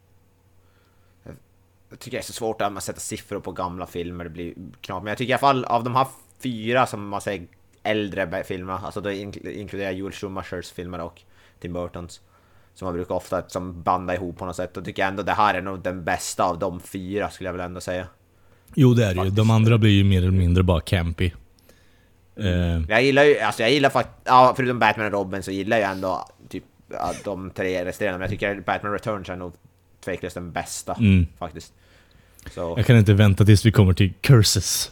Jag tycker det är så svårt att man sätter siffror på gamla filmer, det blir knappt. Men jag tycker i alla fall av de här 4 som man säger äldre filmer, alltså då inkluderar Joel Schumachers filmer och Tim Burtons, som man brukar ofta som banda ihop på något sätt, och tycker jag ändå det här är nog den bästa av de 4 skulle jag väl ändå säga. Jo, det är det ju. De andra blir ju mer eller mindre bara campy. Jag gillar faktiskt, ja, förutom Batman och Robin så gillar jag ändå typ de 3 resterande, men jag tycker Batman Returns är nog tveklöst den bästa faktiskt. Så. Jag kan inte vänta tills vi kommer till Curses.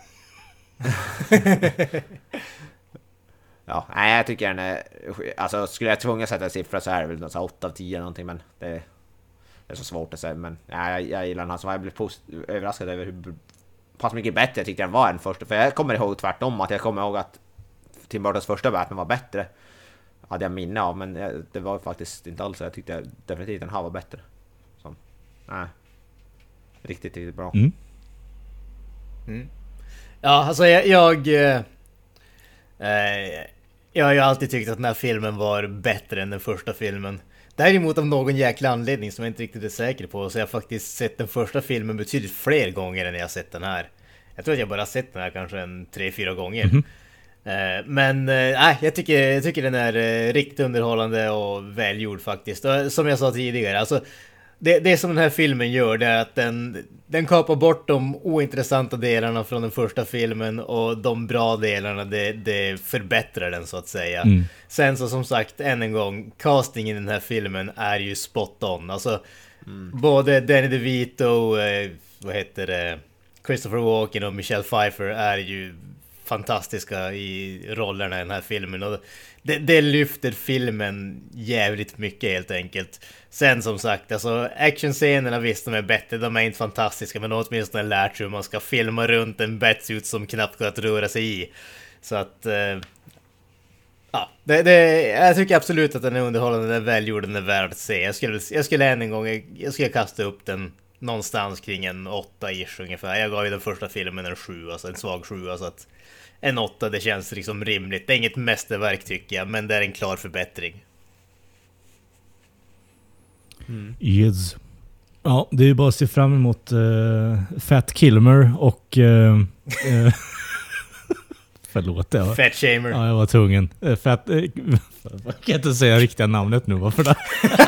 Ja, nej, jag tycker den är, alltså skulle jag tvunga sätta en siffra så är det väl 8 av 10 någonting, men det är så svårt att säga. Men jag gillar den här, så jag blev överraskad över hur pass mycket bättre jag tyckte den var än första. För jag kommer ihåg tvärtom, att jag kommer ihåg att Tim Burtons första Batman var bättre, hade jag minne av, men det var faktiskt inte alls så. Jag tyckte definitivt den här var bättre. Så, nej, riktigt bra. Ja, alltså jag har ju alltid tyckt att den här filmen var bättre än den första filmen. Däremot av någon jäkla anledning som jag inte riktigt är säker på, så jag har faktiskt sett den första filmen betydligt fler gånger än jag har sett den här. Jag tror att jag bara har sett den här kanske 3-4 gånger. Men jag tycker den är riktigt underhållande och välgjord faktiskt. Och som jag sa tidigare, alltså det som den här filmen gör, det är att den kapar bort de ointressanta delarna från den första filmen, och de bra delarna det förbättrar den så att säga. Sen så som sagt, än en gång, castingen i den här filmen är ju spot on. Alltså både Danny DeVito, Christopher Walken och Michelle Pfeiffer är ju fantastiska i rollerna i den här filmen, och det lyfter filmen jävligt mycket helt enkelt. Sen som sagt, alltså actionscenerna visst, de är bättre, de är inte fantastiska, men de har åtminstone lärt sig hur man ska filma runt en batsuit som knappt går att röra sig i. Så att jag tycker absolut att den är underhållande, den är välgjord, den är värd att se. Jag skulle än en gång kasta upp den någonstans kring en 8-ish ungefär. Jag gav ju den första filmen en 7, alltså en svag 7, så att en 8, det känns liksom rimligt. Det är inget mästerverk tycker jag, men det är en klar förbättring. Yes. Ja, det är ju bara att se fram emot Fat Kilmer och förlåt, ja. Fat Shamer. Ja, jag var tvungen. Jag kan inte säga riktiga namnet nu, varför det?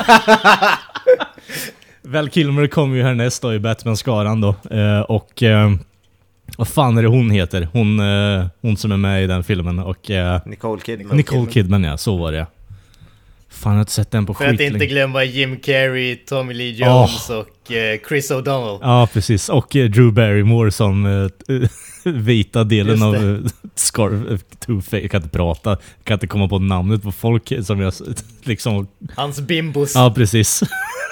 Val Kilmer kommer ju härnäst då i Batman-skaran då. Och vad fan är det hon heter? Hon som är med i den filmen. Och Nicole Kidman, ja, så var det. Fan, jag har inte sett den på skit. För att inte glömma Jim Carrey, Tommy Lee Jones och Chris O'Donnell. Ja, precis. Och Drew Barrymore som vita delen av Two-Face. Jag kan inte prata. Jag kan inte komma på namnet på folk som jag liksom... Hans bimbos. Ja, precis.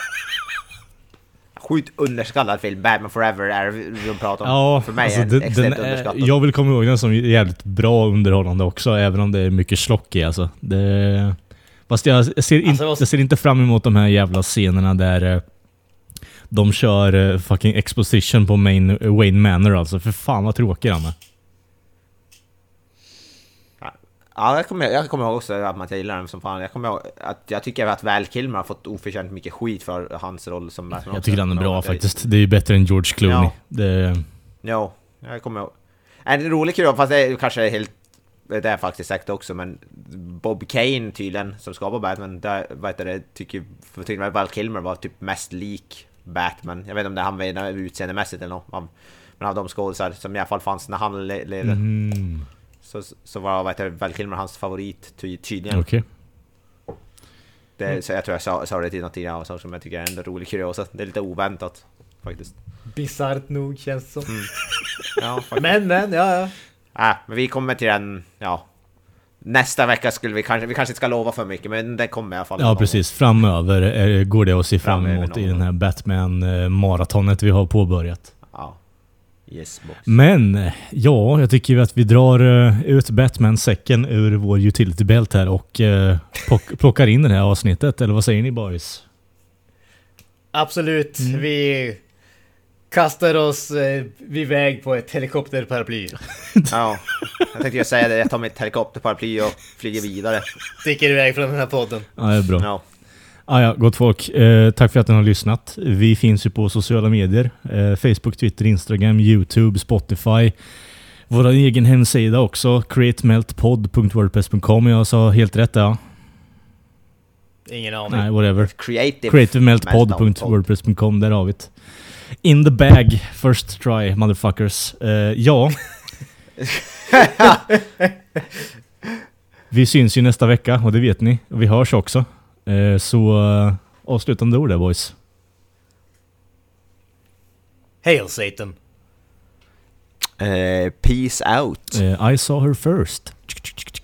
Sjukt underskattad film. Batman Forever är de pratar om. Ja, för mig alltså är extremt underskattad. jag vill komma ihåg den som jävligt bra underhållande också, även om det är mycket slock i alltså. Fast jag ser inte fram emot de här jävla scenerna där de kör fucking exposition på Wayne Manor alltså. För fan vad tråkig han är. Ja, jag kommer ihåg också att man gillar den som fan. Jag kommer ihåg att jag tycker att Val Kilmer har fått oförtjänt mycket skit för hans roll som Batman. Jag tycker han är bra faktiskt. Det är ju bättre än George Clooney. Ja, jag kommer ihåg. En rolig kul, fast det är kanske helt... Det är faktiskt sagt också, men Bob Kane tydligen, som skapar Batman, tycker att Val Kilmer var typ mest lik Batman. Jag vet inte om det han var utseendemässigt eller något. Men av de skådespelare som i alla fall fanns när han levde. Så var Val Kilmer hans favorit tydligen. Okej. Så jag tror jag sa det till något tidigare också, som jag tycker är en rolig kuriosa. Det är lite oväntat faktiskt. Bizarrt nog känns det som. Ja, men ja. Men vi kommer till den, nästa vecka skulle vi kanske inte ska lova för mycket, men det kommer i alla fall. Ja, precis. Framöver går det att se fram emot i den här Batman-maratonet vi har påbörjat. Ja. Yes, box. Men, jag tycker att vi drar ut Batman-säcken ur vår utility belt här och plockar in det här avsnittet. Eller vad säger ni, boys? Absolut. Vi kastar oss iväg på ett helikopterparaply. Ja, jag tänkte säga det. Jag tar mitt helikopterparaply och flyger vidare. Sticker iväg från den här podden. Ja, det är bra. Ja. Ja, gott folk. Tack för att ni har lyssnat. Vi finns ju på sociala medier. Facebook, Twitter, Instagram, YouTube, Spotify. Vår egen hemsida också. createmeltpod.wordpress.com. Jag sa helt rätt, ja. Ingen aning. Nej, whatever. Creativemeltpod.wordpress.com. Där har vi det. In the bag. First try, motherfuckers. Ja. Vi syns ju nästa vecka, och det vet ni. Vi hörs också. Så avslutande ord där, boys. Hail Satan. Peace out. I saw her first.